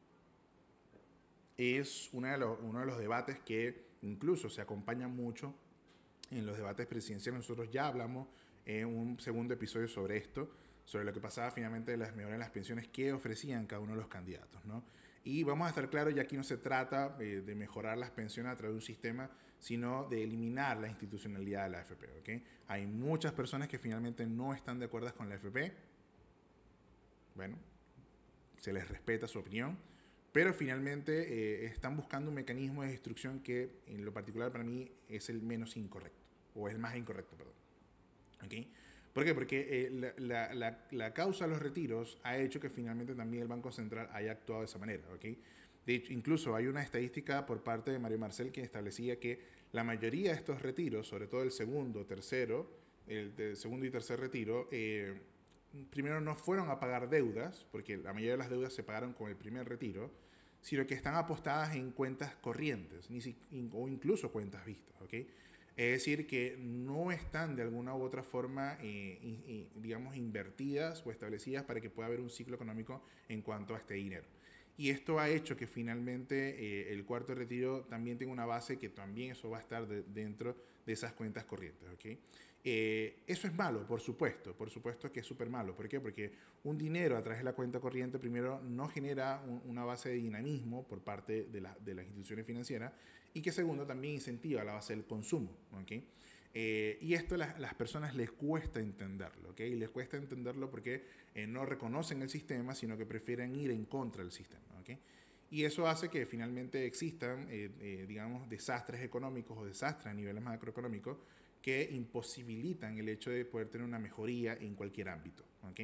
es uno de, los, uno de los debates que incluso se acompaña mucho en los debates presidenciales. Nosotros ya hablamos en un segundo episodio sobre esto, sobre lo que pasaba finalmente de las mejoras en las pensiones que ofrecían cada uno de los candidatos, ¿no? Y vamos a estar claros, ya aquí no se trata eh, de mejorar las pensiones a través de un sistema, sino de eliminar la institucionalidad de la A F P, ¿okay? Hay muchas personas que finalmente no están de acuerdo con la A F P. Bueno, se les respeta su opinión, pero finalmente eh, están buscando un mecanismo de destrucción que en lo particular para mí es el menos incorrecto, o es el más incorrecto, perdón. ¿Okay? ¿Por qué? Porque eh, la, la, la, la causa de los retiros ha hecho que finalmente también el Banco Central haya actuado de esa manera. ¿Okay? De hecho, incluso hay una estadística por parte de Mario Marcel que establecía que la mayoría de estos retiros, sobre todo el segundo, tercero, el, el segundo y tercer retiro, eh, primero no fueron a pagar deudas, porque la mayoría de las deudas se pagaron con el primer retiro, sino que están apostadas en cuentas corrientes ni si, o incluso cuentas vistas. ¿Okay? Es decir, que no están de alguna u otra forma, eh, y, y, digamos, invertidas o establecidas para que pueda haber un ciclo económico en cuanto a este dinero. Y esto ha hecho que finalmente eh, el cuarto retiro también tenga una base que también eso va a estar de, dentro de esas cuentas corrientes. ¿Okay? Eh, eso es malo, por supuesto, por supuesto que es súper malo. ¿Por qué? Porque un dinero a través de la cuenta corriente, primero, no genera un, una base de dinamismo por parte de, la, de las instituciones financieras y que segundo, también incentiva la base del consumo. ¿Okay? Eh, y esto a las, las personas les cuesta entenderlo, ¿ok? Les cuesta entenderlo porque eh, no reconocen el sistema, sino que prefieren ir en contra del sistema, ¿ok? Y eso hace que finalmente existan, eh, eh, digamos, desastres económicos o desastres a niveles macroeconómicos que imposibilitan el hecho de poder tener una mejoría en cualquier ámbito, ¿ok?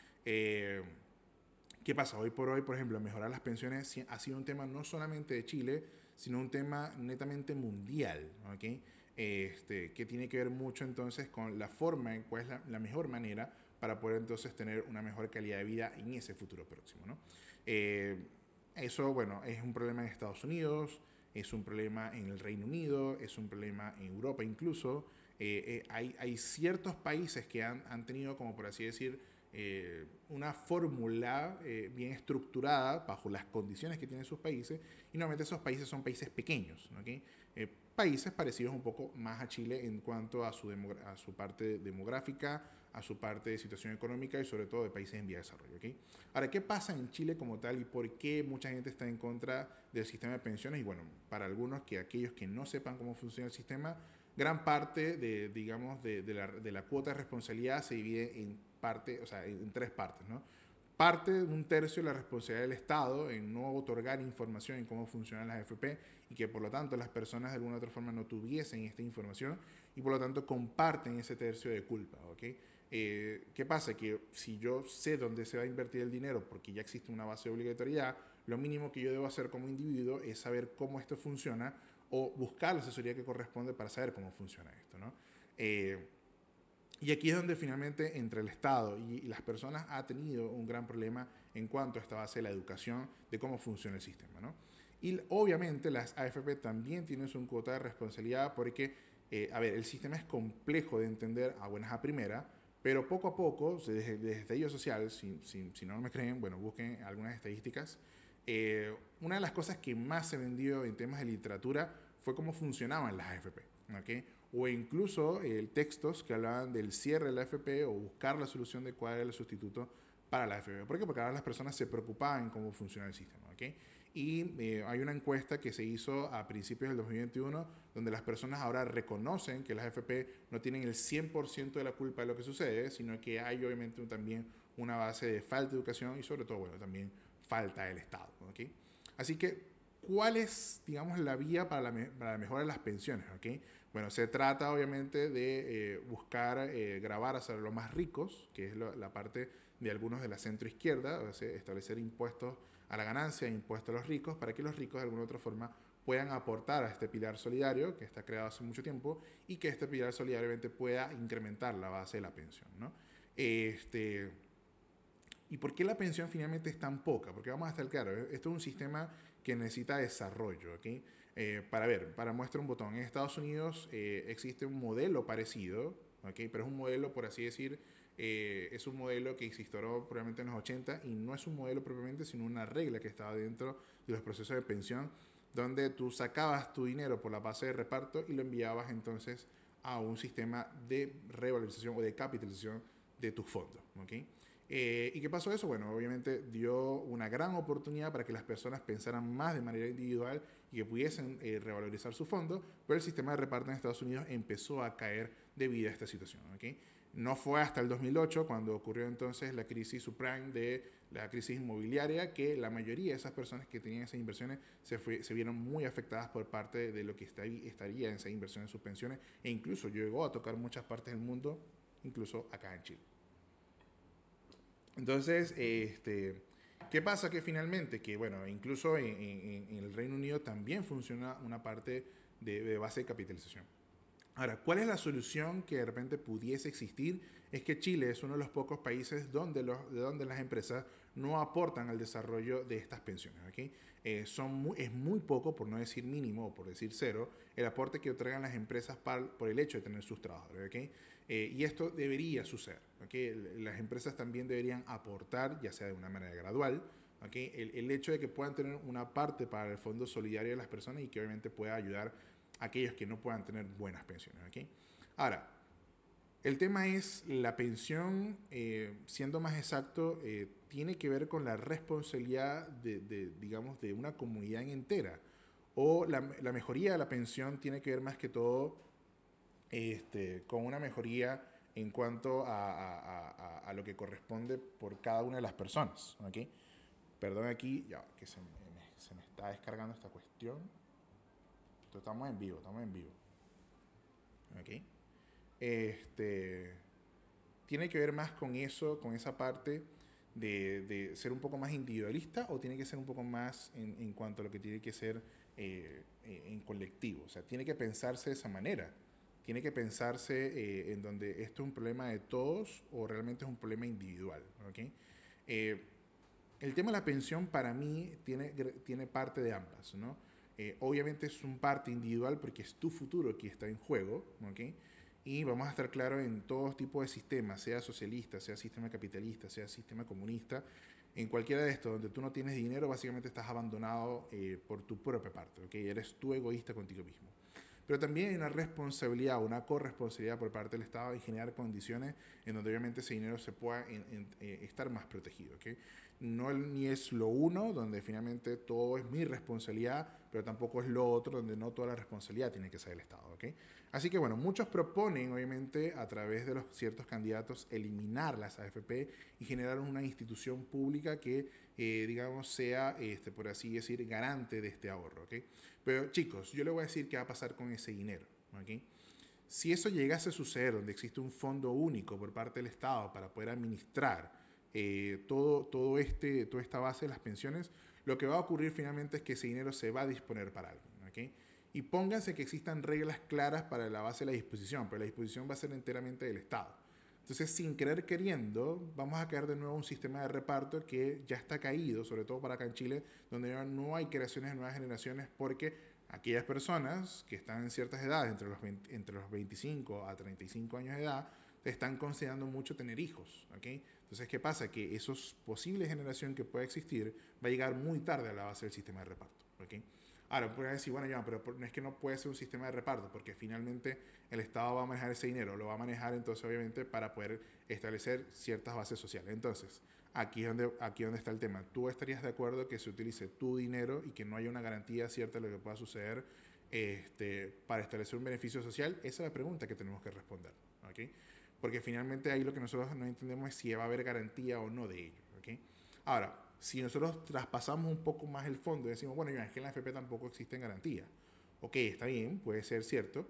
Eh, ¿Qué pasa? Hoy por hoy, por ejemplo, mejorar las pensiones ha sido un tema no solamente de Chile, sino un tema netamente mundial, ¿ok? Este, que tiene que ver mucho entonces con la forma en cuál es la, la mejor manera para poder entonces tener una mejor calidad de vida en ese futuro próximo, ¿no? Eh, eso, bueno, es un problema en Estados Unidos, es un problema en el Reino Unido, es un problema en Europa incluso. Eh, eh, hay, hay ciertos países que han, han tenido, como por así decir, eh, una fórmula eh, bien estructurada bajo las condiciones que tienen sus países, y normalmente esos países son países pequeños, ¿okay? eh, países parecidos un poco más a Chile en cuanto a su, a su parte demográfica, a su parte de situación económica y sobre todo de países en vía de desarrollo. ¿Okay? Ahora, ¿qué pasa en Chile como tal y por qué mucha gente está en contra del sistema de pensiones? Y bueno, para algunos, que aquellos que no sepan cómo funciona el sistema, gran parte de, digamos, de, de, la, de la cuota de responsabilidad se divide en parte, o sea, en tres partes, ¿no? Parte de un tercio de la responsabilidad del Estado en no otorgar información en cómo funcionan las A F P y que por lo tanto las personas de alguna u otra forma no tuviesen esta información y por lo tanto comparten ese tercio de culpa. ¿Okay? Eh, ¿Qué pasa? Que si yo sé dónde se va a invertir el dinero porque ya existe una base de obligatoriedad, lo mínimo que yo debo hacer como individuo es saber cómo esto funciona o buscar la asesoría que corresponde para saber cómo funciona esto, ¿no? Eh, Y aquí es donde finalmente entre el Estado y las personas ha tenido un gran problema en cuanto a esta base de la educación de cómo funciona el sistema, ¿no? Y obviamente las A F P también tienen su cuota de responsabilidad porque, eh, a ver, el sistema es complejo de entender a buenas a primera, pero poco a poco, desde, desde estallido social, si, si, si no me creen, bueno, busquen algunas estadísticas. Eh, una de las cosas que más se vendió en temas de literatura fue cómo funcionaban las A F P, ¿ok? O incluso eh, textos que hablaban del cierre de la A F P o buscar la solución de cuál era el sustituto para la A F P. ¿Por qué? Porque ahora las personas se preocupaban en cómo funciona el sistema. ¿Okay? Y eh, hay una encuesta que se hizo a principios del dos mil veintiuno donde las personas ahora reconocen que las A F P no tienen el cien por ciento de la culpa de lo que sucede, sino que hay obviamente también una base de falta de educación y sobre todo, bueno, también falta del Estado. ¿Okay? Así que, ¿cuál es, digamos, la vía para la, me para la mejora de las pensiones? ¿Okay? Bueno, se trata obviamente de eh, buscar eh, grabar a los más ricos, que es lo, la parte de algunos de la centro izquierda, o sea, establecer impuestos a la ganancia e impuestos a los ricos, para que los ricos de alguna u otra forma puedan aportar a este pilar solidario que está creado hace mucho tiempo y que este pilar solidario obviamente pueda incrementar la base de la pensión, ¿no? Este, ¿Y por qué la pensión finalmente es tan poca? Porque vamos a estar claros, esto es un sistema que necesita desarrollo, ¿ok? Eh, para ver, para muestra un botón, en Estados Unidos eh, existe un modelo parecido, ¿okay? Pero es un modelo, por así decir, eh, es un modelo que se instauró probablemente en los ochenta y no es un modelo propiamente, sino una regla que estaba dentro de los procesos de pensión, donde tú sacabas tu dinero por la base de reparto y lo enviabas entonces a un sistema de revalorización o de capitalización de tus fondos, ¿okay? Eh, ¿Y qué pasó eso? Bueno, obviamente dio una gran oportunidad para que las personas pensaran más de manera individual y que pudiesen eh, revalorizar su fondo, pero el sistema de reparto en Estados Unidos empezó a caer debido a esta situación. ¿Okay? No fue hasta el dos mil ocho cuando ocurrió entonces la crisis subprime de la crisis inmobiliaria que la mayoría de esas personas que tenían esas inversiones se, fue, se vieron muy afectadas por parte de lo que está, estaría en esa inversión en sus pensiones e incluso llegó a tocar muchas partes del mundo, incluso acá en Chile. Entonces, este, ¿qué pasa? Que finalmente, que bueno, incluso en, en, en el Reino Unido también funciona una parte de, de base de capitalización. Ahora, ¿cuál es la solución que de repente pudiese existir? Es que Chile es uno de los pocos países donde, los, de donde las empresas no aportan al desarrollo de estas pensiones. ¿Okay? Eh, son muy, es muy poco, por no decir mínimo o por decir cero, el aporte que otorgan las empresas para, por el hecho de tener sus trabajadores. ¿Okay? Eh, y esto debería suceder. ¿Okay? Las empresas también deberían aportar, ya sea de una manera gradual, ¿Okay? El, el hecho de que puedan tener una parte para el fondo solidario de las personas y que obviamente pueda ayudar a aquellos que no puedan tener buenas pensiones. ¿Okay? Ahora, el tema es la pensión, eh, siendo más exacto, eh, tiene que ver con la responsabilidad de, de, digamos, de una comunidad entera. O la, la mejoría de la pensión tiene que ver más que todo este, con una mejoría en cuanto a, a, a, a lo que corresponde por cada una de las personas. ¿Okay? Perdón aquí, ya que se me, se me está descargando esta cuestión. Entonces, estamos en vivo, estamos en vivo. ¿Okay? Este, ¿Tiene que ver más con eso, con esa parte de, de ser un poco más individualista o tiene que ser un poco más en, en cuanto a lo que tiene que ser eh, en colectivo? O sea, tiene que pensarse de esa manera. Tiene que pensarse eh, en donde esto es un problema de todos o realmente es un problema individual. ¿Okay? Eh, el tema de la pensión para mí tiene, tiene parte de ambas, ¿no? Eh, obviamente es un parte individual porque es tu futuro que está en juego, ¿okay? Y vamos a estar claros en todo tipo de sistemas, sea socialista, sea sistema capitalista, sea sistema comunista. En cualquiera de estos donde tú no tienes dinero, básicamente estás abandonado eh, por tu propia parte, ¿ok? Eres tú egoísta contigo mismo. Pero también hay una responsabilidad, una corresponsabilidad por parte del Estado en generar condiciones en donde obviamente ese dinero se pueda en, en, eh, estar más protegido, ¿ok? No ni es lo uno, donde finalmente todo es mi responsabilidad, pero tampoco es lo otro, donde no toda la responsabilidad tiene que ser del Estado, ¿ok? Así que bueno, muchos proponen, obviamente, a través de los ciertos candidatos, eliminar las A F P y generar una institución pública que, eh, digamos, sea, este, por así decir, garante de este ahorro, ¿ok? Pero chicos, yo les voy a decir qué va a pasar con ese dinero, ¿ok? Si eso llegase a suceder, donde existe un fondo único por parte del Estado para poder administrar eh, todo, todo este, toda esta base de las pensiones, lo que va a ocurrir finalmente es que ese dinero se va a disponer para alguien, ¿ok? Y pónganse que existan reglas claras para la base de la disposición, pero la disposición va a ser enteramente del Estado. Entonces, sin querer queriendo, vamos a caer de nuevo un sistema de reparto que ya está caído, sobre todo para acá en Chile, donde no hay creaciones de nuevas generaciones porque aquellas personas que están en ciertas edades, entre los, veinte, entre los veinticinco a treinta y cinco años de edad, están considerando mucho tener hijos, ¿ok? Entonces, ¿qué pasa? Que esa posible generación que pueda existir va a llegar muy tarde a la base del sistema de reparto, ¿ok? Ahora, pueden decir, bueno, ya, pero no es que no puede ser un sistema de reparto, porque finalmente el Estado va a manejar ese dinero, lo va a manejar entonces obviamente para poder establecer ciertas bases sociales. Entonces, aquí es donde, aquí donde está el tema. ¿Tú estarías de acuerdo que se utilice tu dinero y que no haya una garantía cierta de lo que pueda suceder este, para establecer un beneficio social? Esa es la pregunta que tenemos que responder, ¿ok? Porque finalmente ahí lo que nosotros no entendemos es si va a haber garantía o no de ello, ¿ok? Ahora, si nosotros traspasamos un poco más el fondo y decimos, bueno, es que en la A F P tampoco existen garantías. Ok, está bien, puede ser cierto,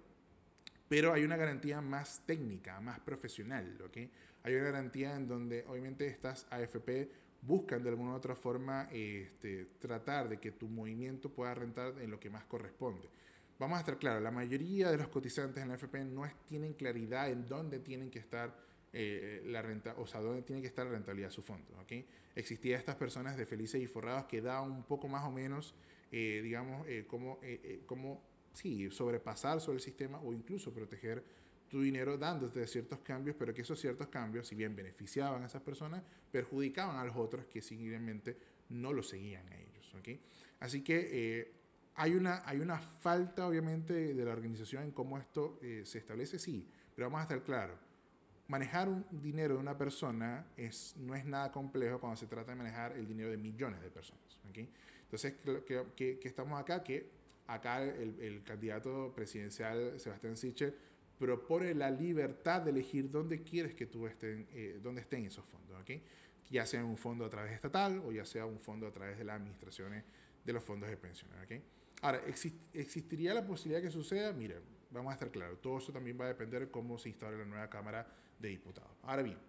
pero hay una garantía más técnica, más profesional, ¿ok? Hay una garantía en donde obviamente estas A F P buscan de alguna u otra forma este, tratar de que tu movimiento pueda rentar en lo que más corresponde. Vamos a estar claros, la mayoría de los cotizantes en la A F P no es, tienen claridad en dónde tienen que estar eh, la renta, o sea, dónde tiene que estar la rentabilidad de su fondo, ¿ok? Existían estas personas de felices y forrados que daban un poco más o menos, eh, digamos, eh, cómo, eh, eh, cómo, sí, sobrepasar sobre el sistema o incluso proteger tu dinero dándote ciertos cambios, pero que esos ciertos cambios, si bien beneficiaban a esas personas, perjudicaban a los otros que simplemente no lo seguían a ellos, ¿ok? Así que eh, hay, una, hay una falta, obviamente, de la organización en cómo esto eh, se establece, sí, pero vamos a estar claros. Manejar un dinero de una persona es, no es nada complejo cuando se trata de manejar el dinero de millones de personas, ¿okay? Entonces, ¿qué, qué, qué estamos acá? Que acá el, el candidato presidencial Sebastián Sichel propone la libertad de elegir dónde quieres que tú estén, eh, dónde estén esos fondos, ¿okay? Ya sea un fondo a través estatal o ya sea un fondo a través de las administraciones de los fondos de pensiones, ¿okay? Ahora, ¿exist, ¿existiría la posibilidad que suceda? Miren, vamos a estar claros, todo eso también va a depender de cómo se instaure la nueva Cámara de Diputados. Ahora bien,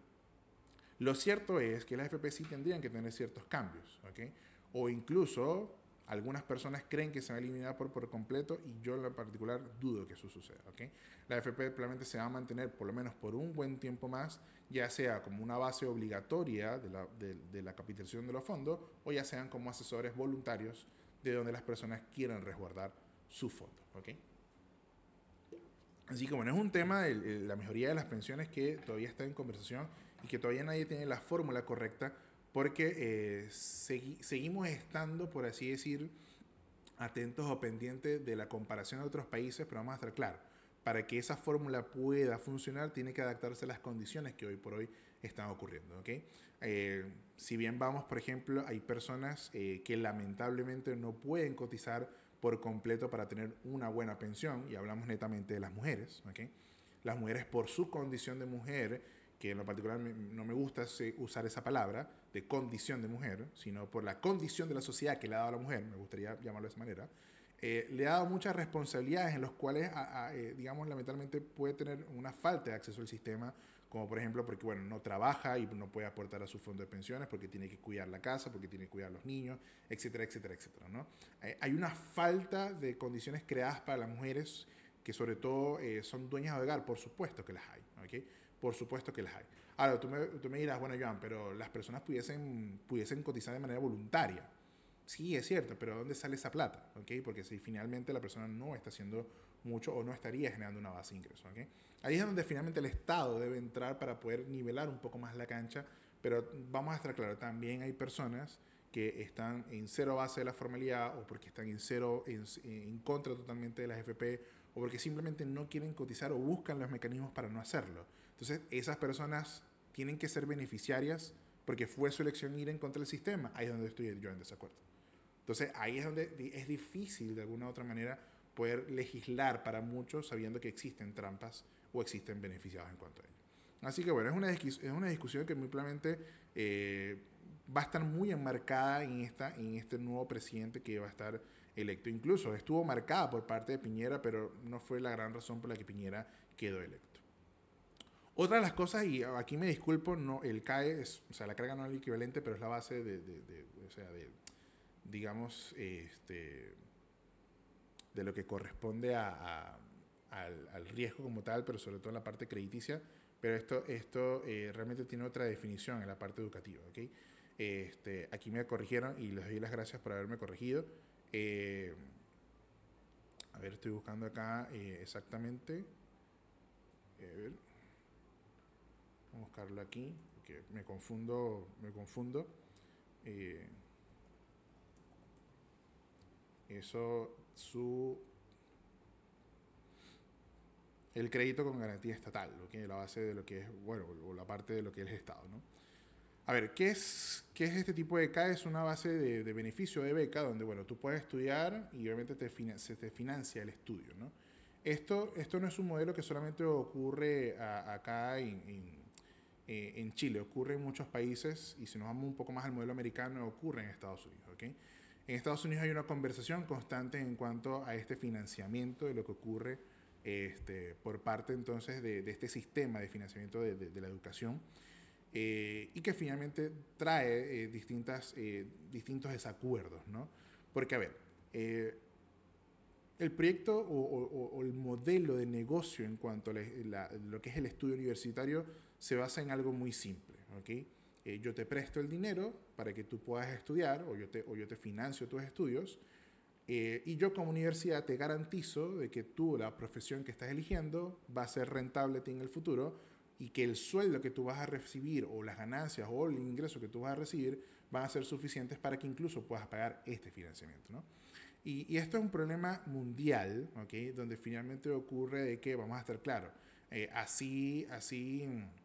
lo cierto es que las A F P sí tendrían que tener ciertos cambios, ¿ok? O incluso algunas personas creen que se va a eliminar por, por completo y yo en lo particular dudo que eso suceda, ¿ok? La A F P probablemente se va a mantener por lo menos por un buen tiempo más, ya sea como una base obligatoria de la, de, de la capitalización de los fondos o ya sean como asesores voluntarios de donde las personas quieran resguardar su fondo, ¿ok? Así que bueno, es un tema de, de la mejoría de las pensiones que todavía está en conversación y que todavía nadie tiene la fórmula correcta porque eh, segui seguimos estando, por así decir, atentos o pendientes de la comparación de otros países, pero vamos a estar claros, para que esa fórmula pueda funcionar, tiene que adaptarse a las condiciones que hoy por hoy están ocurriendo, ¿ok? Eh, si bien vamos, por ejemplo, hay personas eh, que lamentablemente no pueden cotizar por completo para tener una buena pensión, y hablamos netamente de las mujeres, ¿ok? Las mujeres por su condición de mujer, que en lo particular me, no me gusta usar esa palabra de condición de mujer, sino por la condición de la sociedad que le ha dado a la mujer, me gustaría llamarlo de esa manera, eh, le ha dado muchas responsabilidades en las cuales, a, a, eh, digamos, lamentablemente puede tener una falta de acceso al sistema, como por ejemplo porque, bueno, no trabaja y no puede aportar a su fondo de pensiones porque tiene que cuidar la casa, porque tiene que cuidar a los niños, etcétera, etcétera, etcétera, ¿no? Eh, hay una falta de condiciones creadas para las mujeres que sobre todo eh, son dueñas de hogar, por supuesto que las hay, ¿ok? Por supuesto que las hay. Ahora, tú me, tú me dirás, bueno, Joan, pero las personas pudiesen, pudiesen cotizar de manera voluntaria. Sí, es cierto, pero ¿dónde sale esa plata? ¿Okay? Porque si finalmente la persona no está haciendo mucho o no estaría generando una base de ingresos. ¿Okay? Ahí es donde finalmente el Estado debe entrar para poder nivelar un poco más la cancha, pero vamos a estar claros, también hay personas que están en cero base de la formalidad o porque están en cero, en, en contra totalmente de las F P o porque simplemente no quieren cotizar o buscan los mecanismos para no hacerlo. Entonces, esas personas tienen que ser beneficiarias porque fue su elección ir en contra del sistema. Ahí es donde estoy yo en desacuerdo. Entonces, ahí es donde es difícil de alguna u otra manera poder legislar para muchos sabiendo que existen trampas o existen beneficiados en cuanto a ello. Así que bueno, es una, es una discusión que muy probablemente eh, va a estar muy enmarcada en, esta, en este nuevo presidente que va a estar electo. Incluso estuvo marcada por parte de Piñera, pero no fue la gran razón por la que Piñera quedó electo. Otra de las cosas, y aquí me disculpo, no, el C A E, es, o sea, la carga no es el equivalente, pero es la base de, de, de, o sea, de digamos, este, de lo que corresponde a, a, al, al riesgo como tal, pero sobre todo en la parte crediticia, pero esto, esto eh, realmente tiene otra definición en la parte educativa, ¿ok? Este, aquí me corrigieron y les doy las gracias por haberme corregido. Eh, a ver, estoy buscando acá eh, exactamente. A ver, vamos a buscarlo aquí, porque me confundo, me confundo. Eh, eso, su el crédito con garantía estatal, ¿okay? La base de lo que es, bueno, o la parte de lo que es el Estado, ¿no? A ver, ¿qué es, qué es este tipo de beca? Es una base de, de beneficio de beca donde, bueno, tú puedes estudiar y obviamente te se te financia el estudio, ¿no? Esto, esto no es un modelo que solamente ocurre a, acá en, en, en Chile, ocurre en muchos países y si nos vamos un poco más al modelo americano, ocurre en Estados Unidos, ¿ok? En Estados Unidos hay una conversación constante en cuanto a este financiamiento de lo que ocurre este, por parte entonces de, de este sistema de financiamiento de, de, de la educación eh, y que finalmente trae eh, distintas, eh, distintos desacuerdos, ¿no? Porque, a ver, eh, el proyecto o, o, o, el modelo de negocio en cuanto a la, la, lo que es el estudio universitario se basa en algo muy simple, ¿ok? Eh, yo te presto el dinero para que tú puedas estudiar o yo te, o yo te financio tus estudios eh, y yo como universidad te garantizo de que tú, la profesión que estás eligiendo, va a ser rentable en el futuro y que el sueldo que tú vas a recibir o las ganancias o el ingreso que tú vas a recibir van a ser suficientes para que incluso puedas pagar este financiamiento, ¿no? Y, y esto es un problema mundial, ¿okay? Donde finalmente ocurre de que, vamos a estar claros, eh, así, así,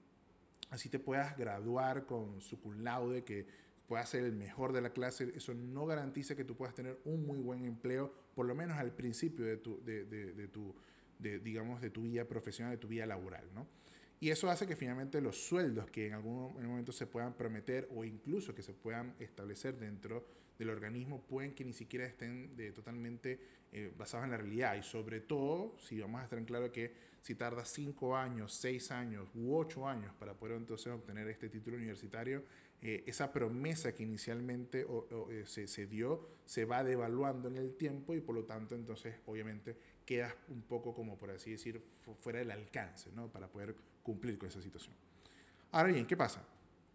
así te puedas graduar con su cum laude, que puedas ser el mejor de la clase, eso no garantiza que tú puedas tener un muy buen empleo, por lo menos al principio de tu, de, de, de tu de, digamos, de tu vida profesional, de tu vida laboral, ¿no? Y eso hace que finalmente los sueldos que en algún momento se puedan prometer o incluso que se puedan establecer dentro del organismo pueden que ni siquiera estén de, totalmente eh, basados en la realidad. Y sobre todo, si vamos a estar en claro que si tarda cinco años, seis años u ocho años para poder entonces obtener este título universitario, eh, esa promesa que inicialmente o, o, eh, se, se dio se va devaluando en el tiempo y por lo tanto entonces obviamente quedas un poco como por así decir fuera del alcance, ¿no? Para poder cumplir con esa situación. Ahora bien, ¿qué pasa?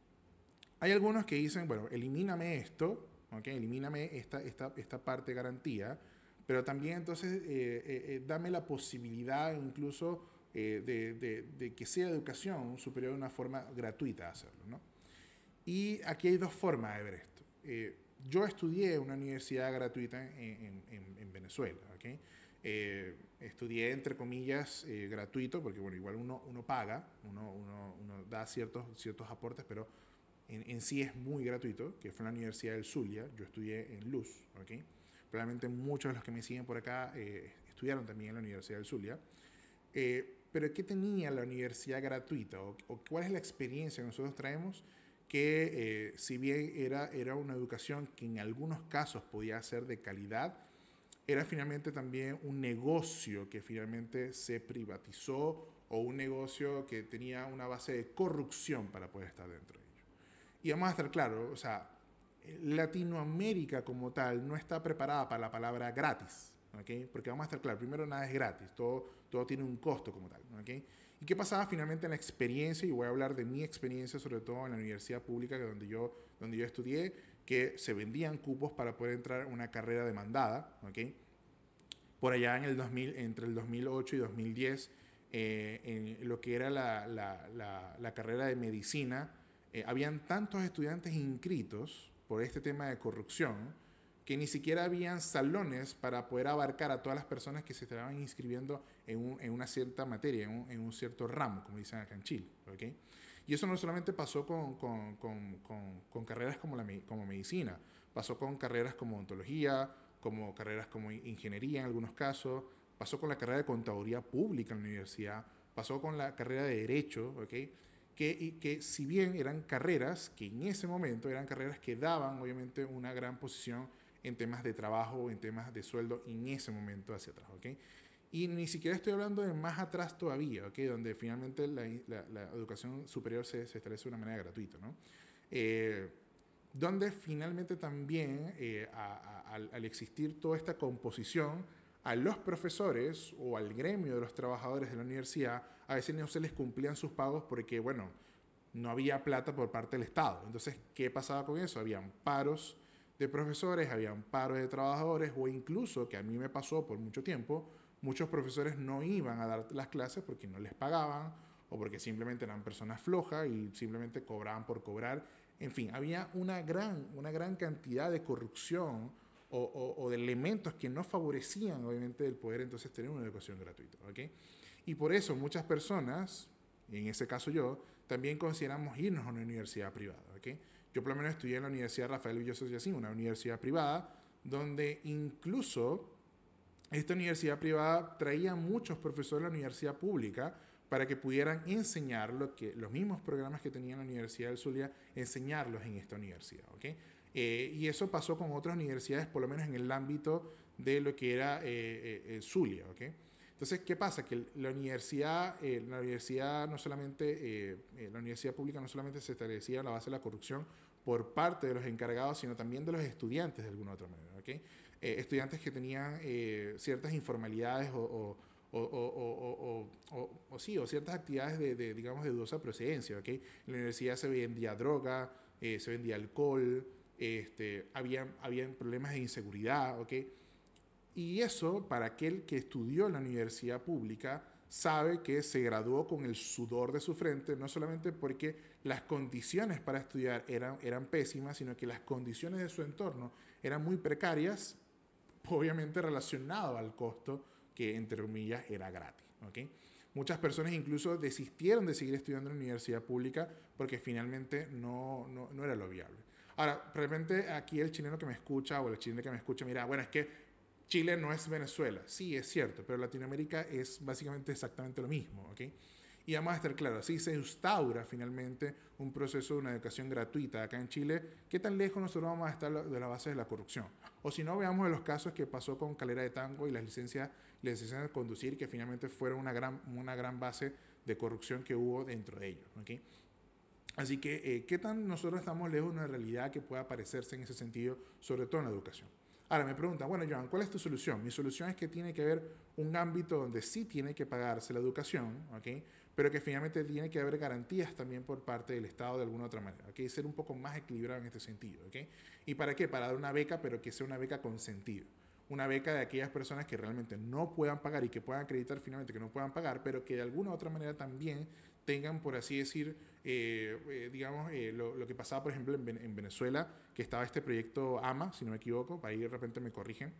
Hay algunos que dicen, bueno, elimíname esto, ¿okay? Elimíname esta, esta, esta parte de garantía, pero también entonces eh, eh, dame la posibilidad incluso eh, de, de, de que sea educación superior de una forma gratuita de hacerlo, ¿no? Y aquí hay dos formas de ver esto. Eh, yo estudié en una universidad gratuita en, en, en Venezuela, ¿ok? Eh, estudié, entre comillas, eh, gratuito, porque bueno, igual uno, uno paga, uno, uno, uno da ciertos, ciertos aportes, pero en, en sí es muy gratuito, que fue en la Universidad del Zulia. Yo estudié en Luz, ¿ok? Probablemente muchos de los que me siguen por acá eh, estudiaron también en la Universidad del Zulia. Eh, pero ¿qué tenía la universidad gratuita? ¿O, o cuál es la experiencia que nosotros traemos? Que eh, si bien era, era una educación que en algunos casos podía ser de calidad, era finalmente también un negocio que finalmente se privatizó, o un negocio que tenía una base de corrupción para poder estar dentro de ello. Y vamos a estar claros, o sea, Latinoamérica como tal no está preparada para la palabra gratis, ¿ok? Porque vamos a estar claros, primero nada es gratis, todo, todo tiene un costo como tal, ¿ok? ¿Y qué pasaba finalmente en la experiencia? Y voy a hablar de mi experiencia, sobre todo en la universidad pública donde yo, donde yo estudié, que se vendían cupos para poder entrar a una carrera demandada, ¿ok? Por allá en el dos mil, entre el dos mil ocho y dos mil diez, eh, en lo que era la, la, la, la carrera de medicina, eh, habían tantos estudiantes inscritos por este tema de corrupción que ni siquiera habían salones para poder abarcar a todas las personas que se estaban inscribiendo en, un, en una cierta materia, en un, en un, cierto ramo, como dicen acá en Chile, ¿okay? Y eso no solamente pasó con, con, con, con, con carreras como, la, como medicina, pasó con carreras como odontología, como carreras como ingeniería en algunos casos, pasó con la carrera de contaduría pública en la universidad, pasó con la carrera de derecho, ¿ok? Que, y que si bien eran carreras que en ese momento eran carreras que daban obviamente una gran posición en temas de trabajo, en temas de sueldo en ese momento hacia atrás, ¿ok? Y ni siquiera estoy hablando de más atrás todavía, ¿ok? Donde finalmente la, la, la educación superior se, se establece de una manera gratuita, ¿no? Eh, donde finalmente también eh, a, a, al, al existir toda esta composición, a los profesores o al gremio de los trabajadores de la universidad a veces no se les cumplían sus pagos porque, bueno, no había plata por parte del Estado. Entonces, ¿qué pasaba con eso? Habían paros de profesores, habían paros de trabajadores, o incluso, que a mí me pasó por mucho tiempo, muchos profesores no iban a dar las clases porque no les pagaban o porque simplemente eran personas flojas y simplemente cobraban por cobrar. En fin, había una gran, una gran cantidad de corrupción o, o, o de elementos que no favorecían obviamente el poder entonces tener una educación gratuita, ¿okay? Y por eso muchas personas, en ese caso yo, también consideramos irnos a una universidad privada, ¿okay? Yo por lo menos estudié en la Universidad Rafael Villoso Yacín, una universidad privada, donde incluso esta universidad privada traía muchos profesores de la universidad pública para que pudieran enseñar lo que, los mismos programas que tenía la Universidad del Zulia, enseñarlos en esta universidad, ¿okay? Eh, y eso pasó con otras universidades, por lo menos en el ámbito de lo que era eh, eh, Zulia, ¿okay? Entonces, ¿qué pasa? Que la universidad, eh, la universidad no solamente, eh, eh, la universidad pública no solamente se establecía la base de la corrupción por parte de los encargados, sino también de los estudiantes de alguna otra manera, ¿okay? Eh, estudiantes que tenían eh, ciertas informalidades o, o, o, o, o, o, sí, o ciertas actividades de, de, digamos, de dudosa procedencia, ¿okay? En la universidad se vendía droga, eh, se vendía alcohol, este, había, había problemas de inseguridad, ¿okay? Y eso, para aquel que estudió en la universidad pública, sabe que se graduó con el sudor de su frente, no solamente porque las condiciones para estudiar eran, eran pésimas, sino que las condiciones de su entorno eran muy precarias, obviamente relacionado al costo que, entre comillas, era gratis, ¿okay? Muchas personas incluso desistieron de seguir estudiando en la universidad pública porque finalmente no, no, no era lo viable. Ahora, de repente aquí el chileno que me escucha o el chileno que me escucha, mira, bueno, es que Chile no es Venezuela. Sí, es cierto, pero Latinoamérica es básicamente exactamente lo mismo, ¿ok? Y vamos a estar claros, así se instaura finalmente un proceso de una educación gratuita acá en Chile. ¿Qué tan lejos nosotros vamos a estar de la base de la corrupción? O si no, veamos de los casos que pasó con Calera de Tango y las licencias, las licencias de conducir, que finalmente fueron una gran, una gran base de corrupción que hubo dentro de ellos, ¿ok? Así que, eh, ¿qué tan nosotros estamos lejos de una realidad que pueda parecerse en ese sentido, sobre todo en la educación? Ahora me preguntan, bueno, Joan, ¿cuál es tu solución? Mi solución es que tiene que haber un ámbito donde sí tiene que pagarse la educación, ¿ok? Pero que finalmente tiene que haber garantías también por parte del Estado de alguna otra manera. Hay que ser un poco más equilibrado en este sentido, ¿ok? ¿Y para qué? Para dar una beca, pero que sea una beca con sentido. Una beca de aquellas personas que realmente no puedan pagar y que puedan acreditar finalmente que no puedan pagar, pero que de alguna otra manera también tengan, por así decir, eh, eh, digamos, eh, lo, lo que pasaba, por ejemplo, en, en Venezuela, que estaba este proyecto A M A, si no me equivoco, para ahí de repente me corrigen,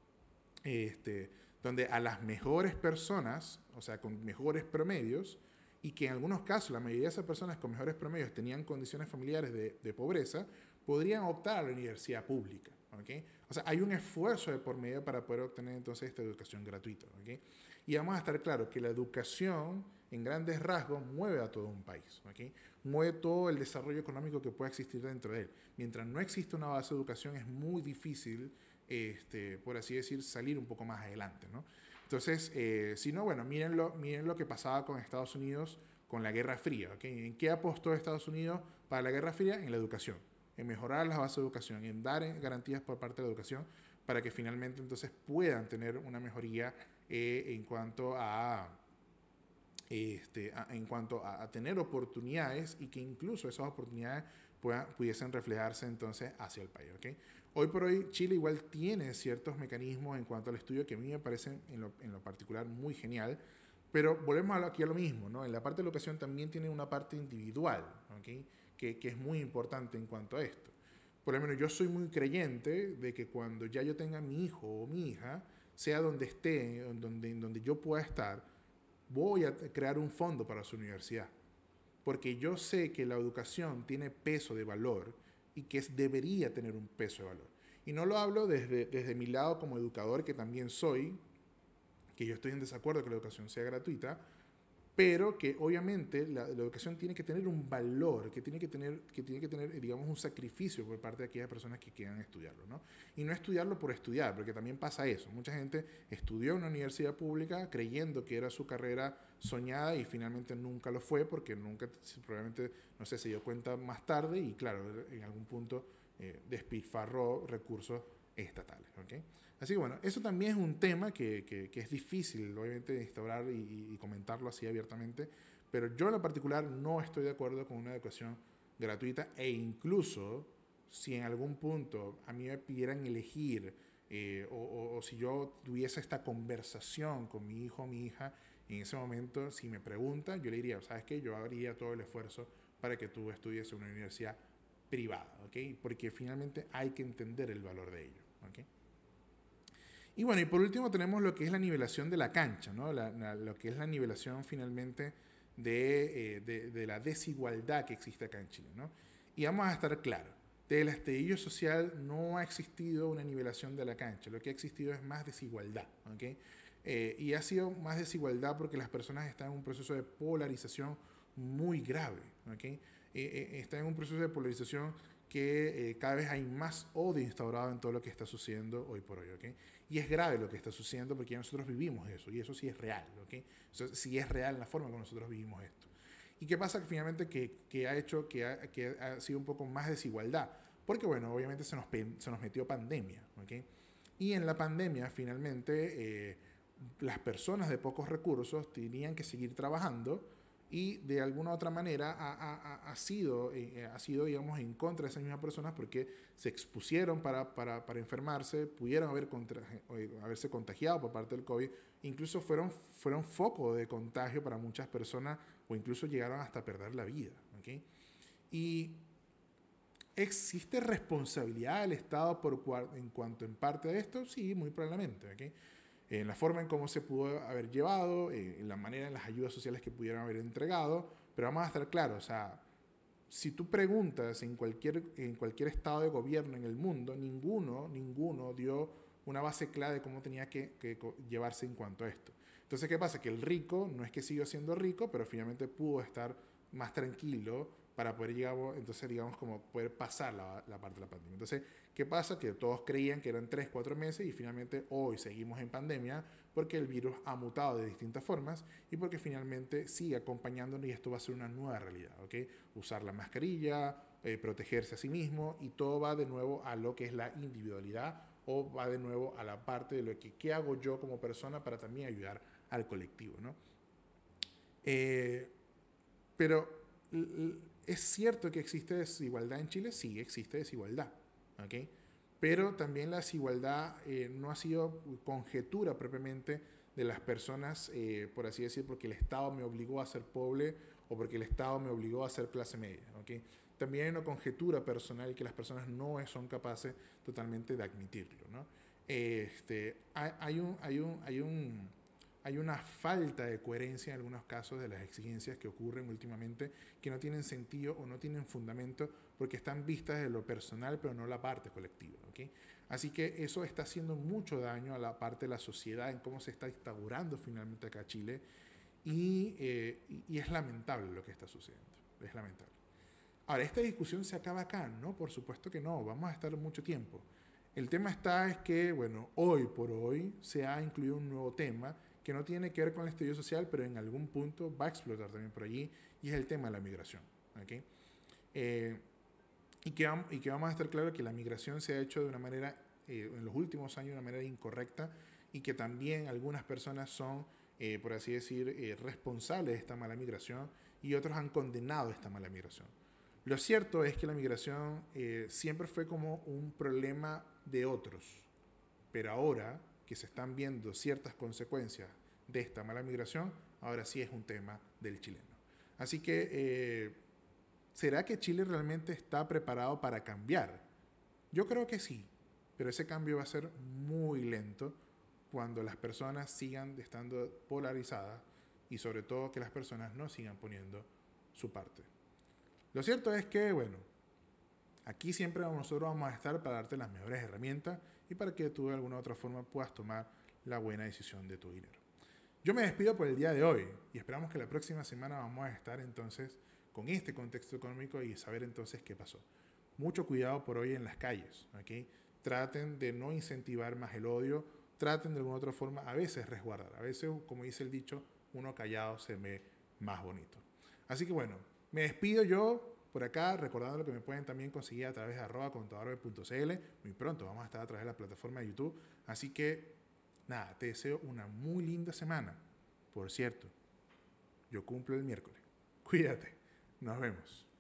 este, donde a las mejores personas, o sea, con mejores promedios, y que en algunos casos la mayoría de esas personas con mejores promedios tenían condiciones familiares de, de pobreza, podrían optar a la universidad pública. ¿Okay? O sea, hay un esfuerzo de por medio para poder obtener entonces esta educación gratuita. ¿Okay? Y vamos a estar claros que la educación, en grandes rasgos, mueve a todo un país. ¿Okay? Mueve todo el desarrollo económico que pueda existir dentro de él. Mientras no existe una base de educación, es muy difícil, este, por así decir, salir un poco más adelante, ¿no? Entonces, eh, si no, bueno, miren lo, miren lo que pasaba con Estados Unidos con la Guerra Fría. ¿Okay? ¿En qué apostó Estados Unidos para la Guerra Fría? En la educación, en mejorar las bases de educación, en dar garantías por parte de la educación para que finalmente entonces puedan tener una mejoría eh, en cuanto a, este, a, en cuanto a, a tener oportunidades y que incluso esas oportunidades puedan, pudiesen reflejarse entonces hacia el país. ¿Okay? Hoy por hoy Chile igual tiene ciertos mecanismos en cuanto al estudio que a mí me parecen en lo, en lo particular muy genial, pero volvemos aquí a lo mismo, ¿no? En la parte de la educación también tiene una parte individual, ¿okay? que, que es muy importante en cuanto a esto. Por lo menos yo soy muy creyente de que cuando ya yo tenga mi hijo o mi hija, sea donde esté, donde, donde yo pueda estar, voy a crear un fondo para su universidad. Porque yo sé que la educación tiene peso de valor y que es, debería tener un peso de valor. Y no lo hablo desde, desde mi lado como educador, que también soy, que yo estoy en desacuerdo que la educación sea gratuita, pero que obviamente la, la educación tiene que tener un valor, que tiene que tener, que tiene que tener, digamos, un sacrificio por parte de aquellas personas que quieran estudiarlo, ¿no? Y no estudiarlo por estudiar, porque también pasa eso. Mucha gente estudió en una universidad pública creyendo que era su carrera soñada y finalmente nunca lo fue porque nunca, probablemente, no sé, se dio cuenta más tarde y claro, en algún punto eh, despilfarró recursos estatales, ¿ok? Así que bueno, eso también es un tema que, que, que es difícil, obviamente, instaurar y, y comentarlo así abiertamente, pero yo en lo particular no estoy de acuerdo con una educación gratuita e incluso si en algún punto a mí me pidieran elegir eh, o, o, o si yo tuviese esta conversación con mi hijo o mi hija, en ese momento, si me preguntan, yo le diría, ¿sabes qué? Yo haría todo el esfuerzo para que tú estudies en una universidad privada, ¿ok? Porque finalmente hay que entender el valor de ello, ¿ok? Y bueno, y por último tenemos lo que es la nivelación de la cancha, ¿no? La, la, lo que es la nivelación finalmente de, eh, de, de la desigualdad que existe acá en Chile, ¿no? Y vamos a estar claros, desde el estallido social no ha existido una nivelación de la cancha, lo que ha existido es más desigualdad, ¿ok? Eh, y ha sido más desigualdad porque las personas están en un proceso de polarización muy grave, ¿ok? Eh, eh, están en un proceso de polarización que eh, cada vez hay más odio instaurado en todo lo que está sucediendo hoy por hoy, ¿ok? Y es grave lo que está sucediendo porque ya nosotros vivimos eso, y eso sí es real, ¿ok? Eso sí es real la forma en que nosotros vivimos esto. ¿Y qué pasa? Que finalmente que, que ha hecho que ha, que ha sido un poco más desigualdad, porque bueno, obviamente se nos, se nos metió pandemia, ¿ok? Y en la pandemia finalmente eh, las personas de pocos recursos tenían que seguir trabajando y de alguna u otra manera ha, ha, ha, sido, eh, ha sido, digamos, en contra de esas mismas personas porque se expusieron para, para, para enfermarse, pudieron haber contra, haberse contagiado por parte del COVID, incluso fueron, fueron foco de contagio para muchas personas o incluso llegaron hasta perder la vida, ¿okay? Y ¿existe responsabilidad del Estado por, en cuanto en parte de esto? Sí, muy probablemente, ¿okay? En la forma en cómo se pudo haber llevado, en la manera, en las ayudas sociales que pudieron haber entregado, pero vamos a estar claros, o sea, si tú preguntas en cualquier, en cualquier estado de gobierno en el mundo, ninguno, ninguno dio una base clara de cómo tenía que, que llevarse en cuanto a esto. Entonces, ¿qué pasa? Que el rico no es que siguió siendo rico, pero finalmente pudo estar más tranquilo para poder llegar, entonces digamos como poder pasar la, la parte de la pandemia. Entonces, ¿qué pasa? Que todos creían que eran tres, cuatro meses y finalmente hoy seguimos en pandemia porque el virus ha mutado de distintas formas y porque finalmente sigue acompañándonos y esto va a ser una nueva realidad, ¿ok? Usar la mascarilla, eh, protegerse a sí mismo y todo va de nuevo a lo que es la individualidad o va de nuevo a la parte de lo que qué hago yo como persona para también ayudar al colectivo, ¿no? Eh, pero ¿es cierto que existe desigualdad en Chile? Sí, existe desigualdad, ¿ok? Pero también la desigualdad eh, no ha sido conjetura propiamente de las personas, eh, por así decir, porque el Estado me obligó a ser pobre o porque el Estado me obligó a hacer clase media. ¿Okay? También hay una conjetura personal que las personas no son capaces totalmente de admitirlo, ¿no? Este, hay, hay, un, hay, un, hay, un, hay una falta de coherencia en algunos casos de las exigencias que ocurren últimamente que no tienen sentido o no tienen fundamento porque están vistas de lo personal pero no la parte colectiva. ¿Okay? Así que eso está haciendo mucho daño a la parte de la sociedad en cómo se está instaurando finalmente acá Chile y, eh, y, y es lamentable lo que está sucediendo, es lamentable. Ahora, ¿esta discusión se acaba acá? No, por supuesto que no, vamos a estar mucho tiempo. El tema está es que, bueno, hoy por hoy se ha incluido un nuevo tema que no tiene que ver con el estallido social, pero en algún punto va a explotar también por allí, y es el tema de la migración. ¿Okay? Eh, y, que vamos, y que vamos a estar claros que la migración se ha hecho de una manera, eh, en los últimos años, de una manera incorrecta, y que también algunas personas son, eh, por así decir, eh, responsables de esta mala migración, y otros han condenado esta mala migración. Lo cierto es que la migración eh, siempre fue como un problema de otros, pero ahora que se están viendo ciertas consecuencias de esta mala migración, ahora sí es un tema del chileno. Así que, eh, ¿será que Chile realmente está preparado para cambiar? Yo creo que sí, pero ese cambio va a ser muy lento cuando las personas sigan estando polarizadas y sobre todo que las personas no sigan poniendo su parte. Lo cierto es que, bueno, aquí siempre nosotros vamos a estar para darte las mejores herramientas y para que tú de alguna u otra forma puedas tomar la buena decisión de tu dinero. Yo me despido por el día de hoy y esperamos que la próxima semana vamos a estar entonces con este contexto económico y saber entonces qué pasó. Mucho cuidado por hoy en las calles, ¿ok? Traten de no incentivar más el odio, traten de alguna u otra forma a veces resguardar. A veces, como dice el dicho, uno callado se ve más bonito. Así que bueno, me despido yo por acá, recordando que me pueden también conseguir a través de arroba contador punto c l. Muy pronto vamos a estar a través de la plataforma de YouTube. Así que, nada, te deseo una muy linda semana. Por cierto, yo cumplo el miércoles. Cuídate. Nos vemos.